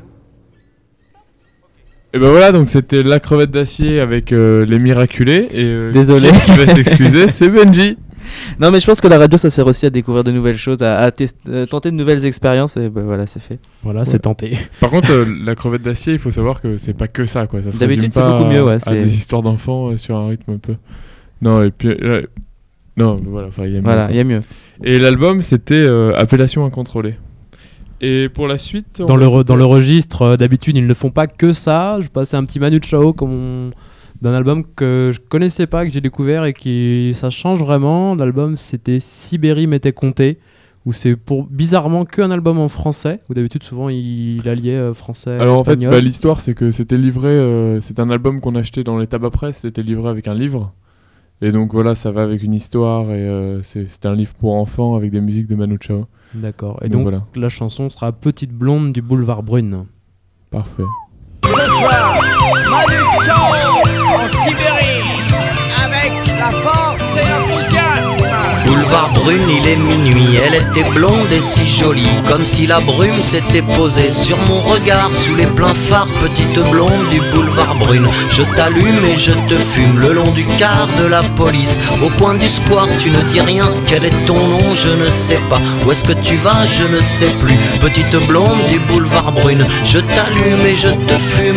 Et ben voilà, donc c'était La Crevette d'Acier avec euh, Les Miraculés. Et euh, Désolé. Qui va s'excuser, c'est Benji. Non, mais je pense que la radio, ça sert aussi à découvrir de nouvelles choses, à, à test- euh, tenter de nouvelles expériences, et ben voilà, c'est fait. Voilà, c'est tenté. Par contre, euh, La Crevette d'Acier, il faut savoir que c'est pas que ça, quoi. Ça se D'habitude, résume c'est pas beaucoup mieux, ouais, à, à c'est- des histoires d'enfants euh, sur un rythme un peu. Non, et puis. euh, non, mais voilà, enfin, il y a mieux. Voilà, quoi. il y a mieux. Et l'album, c'était euh, Appellation Incontrôlée. Et pour la suite. on Dans le, va- re- dans le registre, euh, d'habitude, ils ne font pas que ça. Je passais un petit Manu Chao comme on- d'un album que je connaissais pas, que j'ai découvert et qui ça change vraiment. L'album, c'était Sibérie m'était compté, où c'est pour bizarrement qu'un album en français, où d'habitude souvent il alliait euh, français. Alors en fait, espagnol. bah, l'histoire, c'est que c'était livré. Euh, c'est un album qu'on achetait dans les tabac presse. C'était livré avec un livre. Et donc voilà, ça va avec une histoire. Et euh, c'est, c'était un livre pour enfants avec des musiques de Manu Chao. D'accord. Et donc, voilà. la chanson sera Petite blonde du boulevard Brune. Parfait. Ce soir, Manu Chao en Sibérie, avec la force et l'enthousiasme. Boulevard Brune, il est minuit, elle était blonde et si jolie, comme si la brume s'était posée sur mon regard sous les pleins phares. Petite blonde du boulevard Brune, je t'allume et je te fume le long du quart de la police. Au coin du square, tu ne dis rien, quel est ton nom, je ne sais pas. Où est-ce que tu vas, je ne sais plus. Petite blonde du boulevard Brune, je t'allume et je te fume.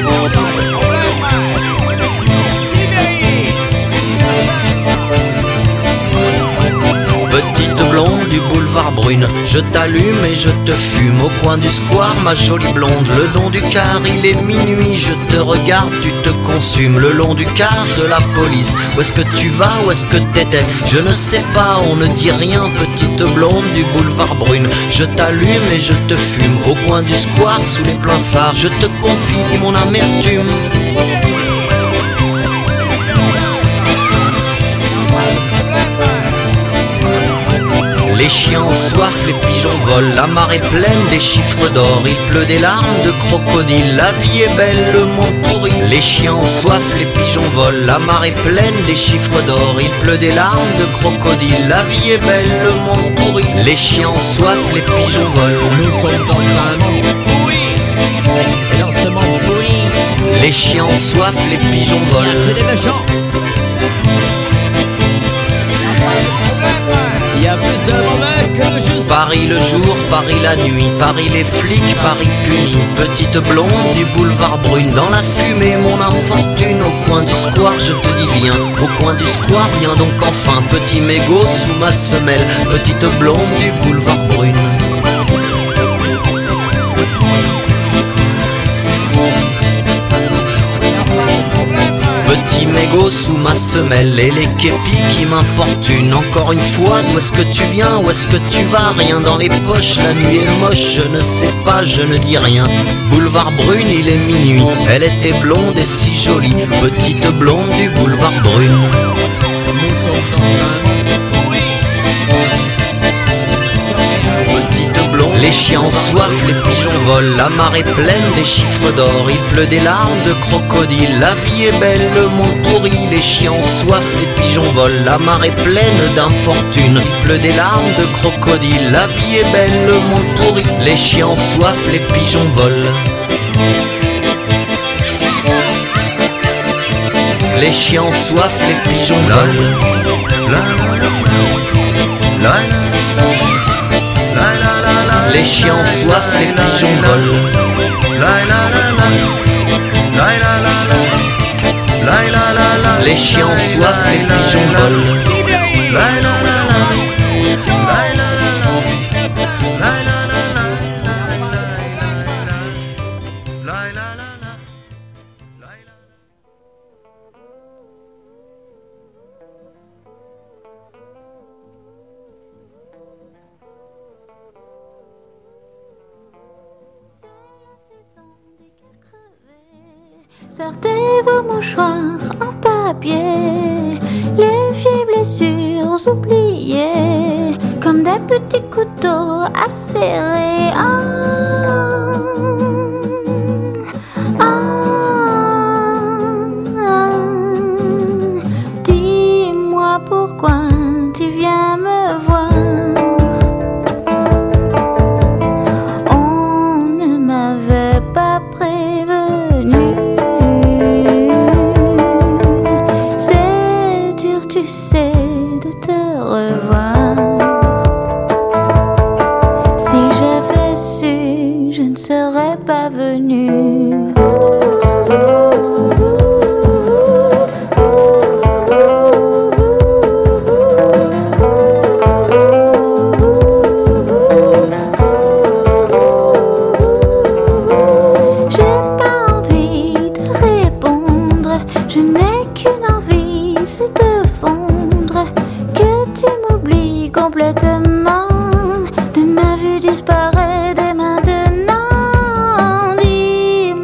Petite blonde du boulevard Brune, je t'allume et je te fume. Au coin du square, ma jolie blonde, le long du quart, il est minuit. Je te regarde, tu te consumes. Le long du quart de la police, où est-ce que tu vas, où est-ce que t'étais? Je ne sais pas, on ne dit rien. Petite blonde du boulevard Brune, je t'allume et je te fume. Au coin du square, sous les pleins phares, je te confie mon amertume. Les chiens ont soif, les pigeons volent, la mare est pleine des chiffres d'or, il pleut des larmes de crocodile, la vie est belle, le monde pourri. Les chiens ont soif, les pigeons volent, la mare est pleine des chiffres d'or, il pleut des larmes de crocodile, la vie est belle, le monde pourri. Les chiens ont soif, les pigeons volent. Nous sommes dans un monde pourri, et dans ce monde pourri, les chiens ont soif, les pigeons volent. il y a que des méchants. Il y a plus de mauvais que de juste. Paris le jour, Paris la nuit, Paris les flics, Paris puni. Petite blonde du boulevard Brune, dans la fumée mon infortune. Au coin du square je te dis viens, au coin du square viens donc enfin. Petit mégot sous ma semelle, petite blonde du boulevard Brune. Petit mégot sous ma semelle et les képis qui m'importunent. Encore une fois, d'où est-ce que tu viens, où est-ce que tu vas? Rien dans les poches, la nuit est moche, je ne sais pas, je ne dis rien. Boulevard Brune, il est minuit, elle était blonde et si jolie, petite blonde du boulevard Brune. Les chiens ont soif, les pigeons volent, la mare est pleine des chiffres d'or, il pleut des larmes de crocodile, la vie est belle, le monde pourri. Les chiens ont soif, les pigeons volent, la mare est pleine d'infortune, il pleut des larmes de crocodile, la vie est belle, le monde pourri. Les chiens ont soif, les pigeons volent. Les chiens ont soif, les pigeons volent. Les chiens ont soif, les pigeons volent. Les chiens ont soif, les pigeons volent. Sortez vos mouchoirs en papier, les vieilles blessures oubliées, comme des petits couteaux acérés. Ah, ah, ah. Dis-moi pourquoi tu viens me voir. On ne m'avait pas prévenu. Tu sais de te revoir. Si j'avais su, je ne serais pas venue. J'ai pas envie de répondre, je n'ai qu'une envie, c'est de que tu m'oublies complètement, de ma vue disparaît dès maintenant. Dis-moi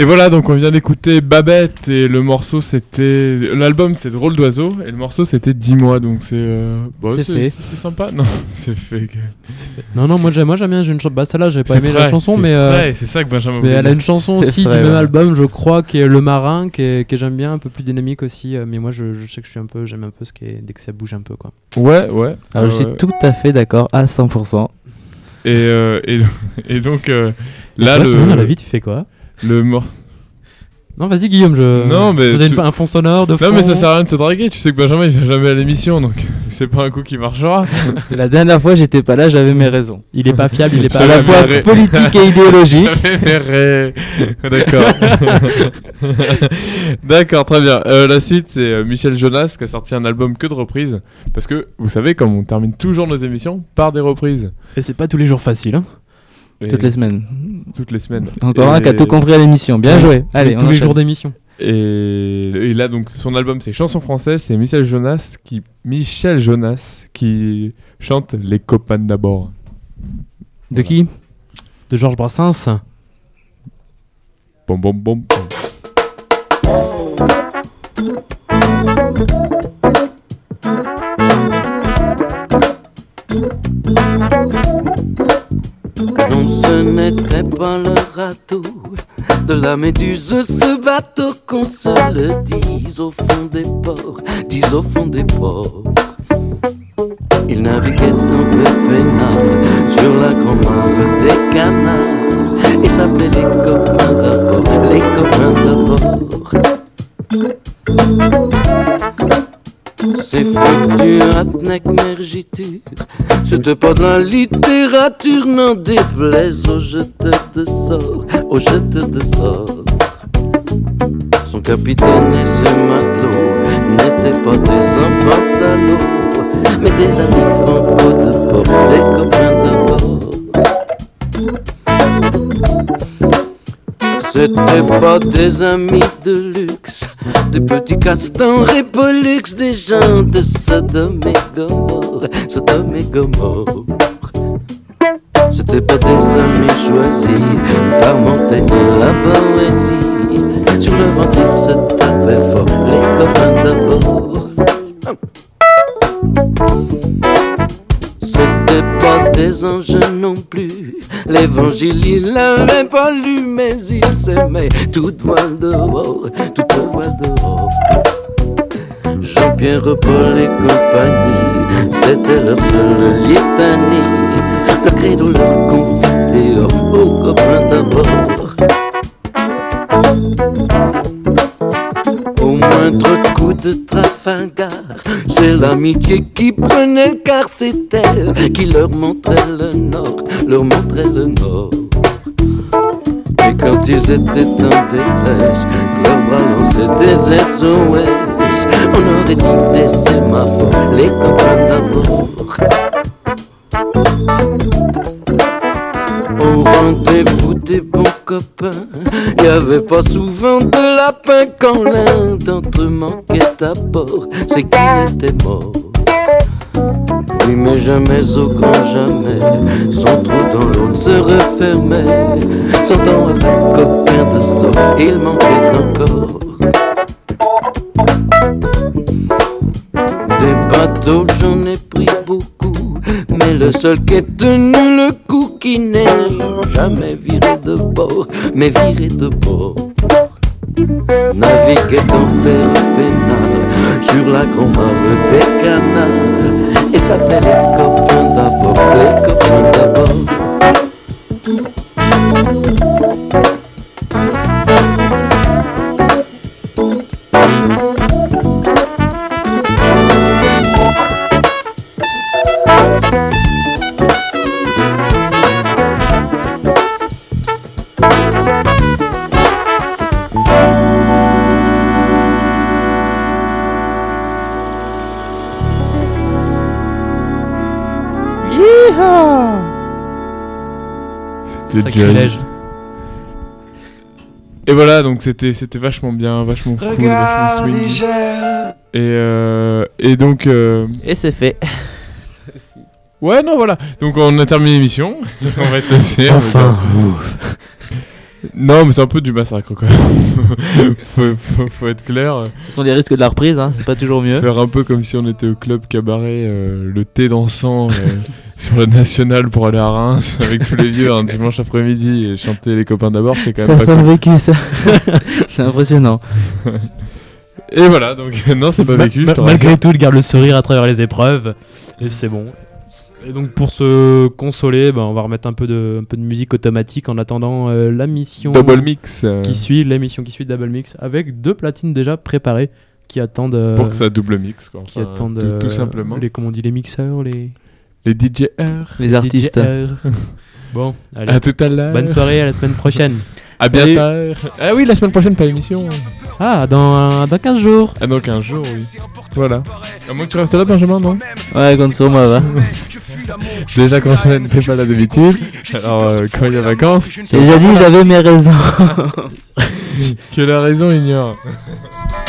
Et voilà, donc on vient d'écouter Babette et le morceau c'était. L'album c'est Drôle d'oiseau et le morceau c'était Dis-moi, donc c'est. Euh... Bon, c'est, c'est fait. C'est, c'est sympa. Non, c'est fait. C'est fait. Non, non, moi j'aime, moi, j'aime bien. J'ai une chanson. Bah, celle-là, j'avais pas c'est aimé vrai, la chanson, c'est mais. Vrai, euh... c'est ça que Benjamin Mais voulait elle a dire. une chanson C'est aussi vrai, du même ouais. album, je crois, qui est Le Marin, qui est, que j'aime bien, un peu plus dynamique aussi. euh, Mais moi, je, je sais que je suis un peu. J'aime un peu ce qui est. Dès que ça bouge un peu, quoi. Ouais, ouais. Alors, ouais, je suis ouais. tout à fait d'accord, à cent pour cent. Et, euh, et, et donc euh, là, Là, le. sinon, à la vie, tu fais quoi? Le mor... Non, vas-y, Guillaume, je. Non, mais. Vous avez tu... une, un fond sonore de fond. Non, mais ça sert à rien de se draguer. Tu sais que Benjamin il vient jamais à l'émission, donc c'est pas un coup qui marchera. La dernière fois, j'étais pas là, j'avais mes raisons. Il est pas fiable, il est pas à la fois ré... politique et idéologique. Ré... D'accord. D'accord, très bien. Euh, la suite, c'est euh, Michel Jonas qui a sorti un album que de reprises. Parce que vous savez, comme on termine toujours nos émissions par des reprises. Et c'est pas tous les jours facile, hein. Et Toutes les semaines. Toutes les semaines. Encore et... un qui a tout compris à l'émission. Bien joué. Allez, tous on les enchaîne. jours d'émission. Et... et là, donc, son album, c'est Chansons françaises. C'est Michel Jonas qui, Michel Jonas qui chante Les copains d'abord. De voilà. Qui? De Georges Brassens. Bom, bom, bom. Non, ce n'était pas le radeau de la Méduse, ce bateau qu'on se le dise au fond des ports, dis au fond des ports. Il naviguait un peu peinard sur la grand-mare des canards et s'appelait les copains d'abord, les copains d'abord. C'est fructuatnec mergiture, c'était pas de la littérature, n'en déplaise aux jeteurs de sorts, aux jeteurs de sorts. Son capitaine et ses matelots n'étaient pas des enfants salauds, mais des amis franco de bord, des copains de bord. C'était pas des amis de luxe, des petits castans et pollux, des gens de Sodome et Gomorre, Sodome et Gomorre. C'était pas des amis choisis par Montaigne et la poésie. Sur le ventre ils se tapaient fort, les copains d'abord. C'était pas des anges non plus, l'évangile il l'avait pas lu, mais il s'aimait toute voile dehors, toute voile dehors. Jean-Pierre, Paul et compagnie, c'était leur seule litanie, le credo leur confitait aux copains d'abord. Au moindre coup de Trafalgar, c'est l'amitié qui prenait le quart, c'est elle qui leur montrait le nord, leur montrait le nord. Et quand ils étaient en détresse, leurs bras lançaient des S O S, on aurait dit des sémaphores, les copains d'abord. Au rendez-vous des bons copains, y avait pas souvent de lapin. Quand l'un d'entre eux manquait à bord, c'est qu'il était mort. Oui, mais jamais au grand jamais, son trou dans l'autre se refermait. Sentant un coquin de sort, il manquait encore. Des bateaux j'en ai pris beaucoup, mais le seul qui est tenu le coup, qui n'est jamais viré de bord, mais viré de bord. Naviguait en père peinard sur la grand-mare des canards et s'appelait les copains d'abord, les copains d'abord. Sacrilège. Et voilà, donc c'était c'était vachement bien, vachement cool, vachement swing. Et euh, et donc euh... et c'est fait. Ouais, non, voilà. Donc on a terminé l'émission. On va être assez, enfin. Non, mais c'est un peu du massacre quand même. faut, faut, faut être clair. Ce sont les risques de la reprise, hein, c'est pas toujours mieux. Faire un peu comme si on était au club cabaret, euh, le thé dansant euh, sur le national pour aller à Reims avec tous les vieux un dimanche après-midi et chanter les copains d'abord, c'est quand même Ça pas sent cool. le vécu, ça. C'est impressionnant. Et voilà, donc non, c'est pas Ma- vécu. ma- je te malgré rassure. tout, il garde le sourire à travers les épreuves. Et c'est bon. Et donc pour se consoler, ben, on va remettre un peu de, un peu de musique automatique en attendant euh, la mission Double mix, euh. qui suit, l'émission qui suit Double Mix, avec deux platines déjà préparées qui attendent euh, Pour que ça double mix, quoi. qui Enfin, attendent tout- tout euh, simplement. les comment on dit les mixeurs, les Les D J R. Les artistes. D J R. Bon, allez. À tout à l'heure. Bonne soirée, à la semaine prochaine. À Salut. bientôt. Ah oui, la semaine prochaine, pas émission. Ah, dans, dans quinze jours. Ah, dans quinze jours, oui. Voilà. À moins que tu restes là, Benjamin, non? Ouais, compte sur moi, va. Déjà, quand on n'était pas là d'habitude, alors euh, quand il y a vacances. J'ai déjà dit que j'avais mes raisons. Que la raison ignore.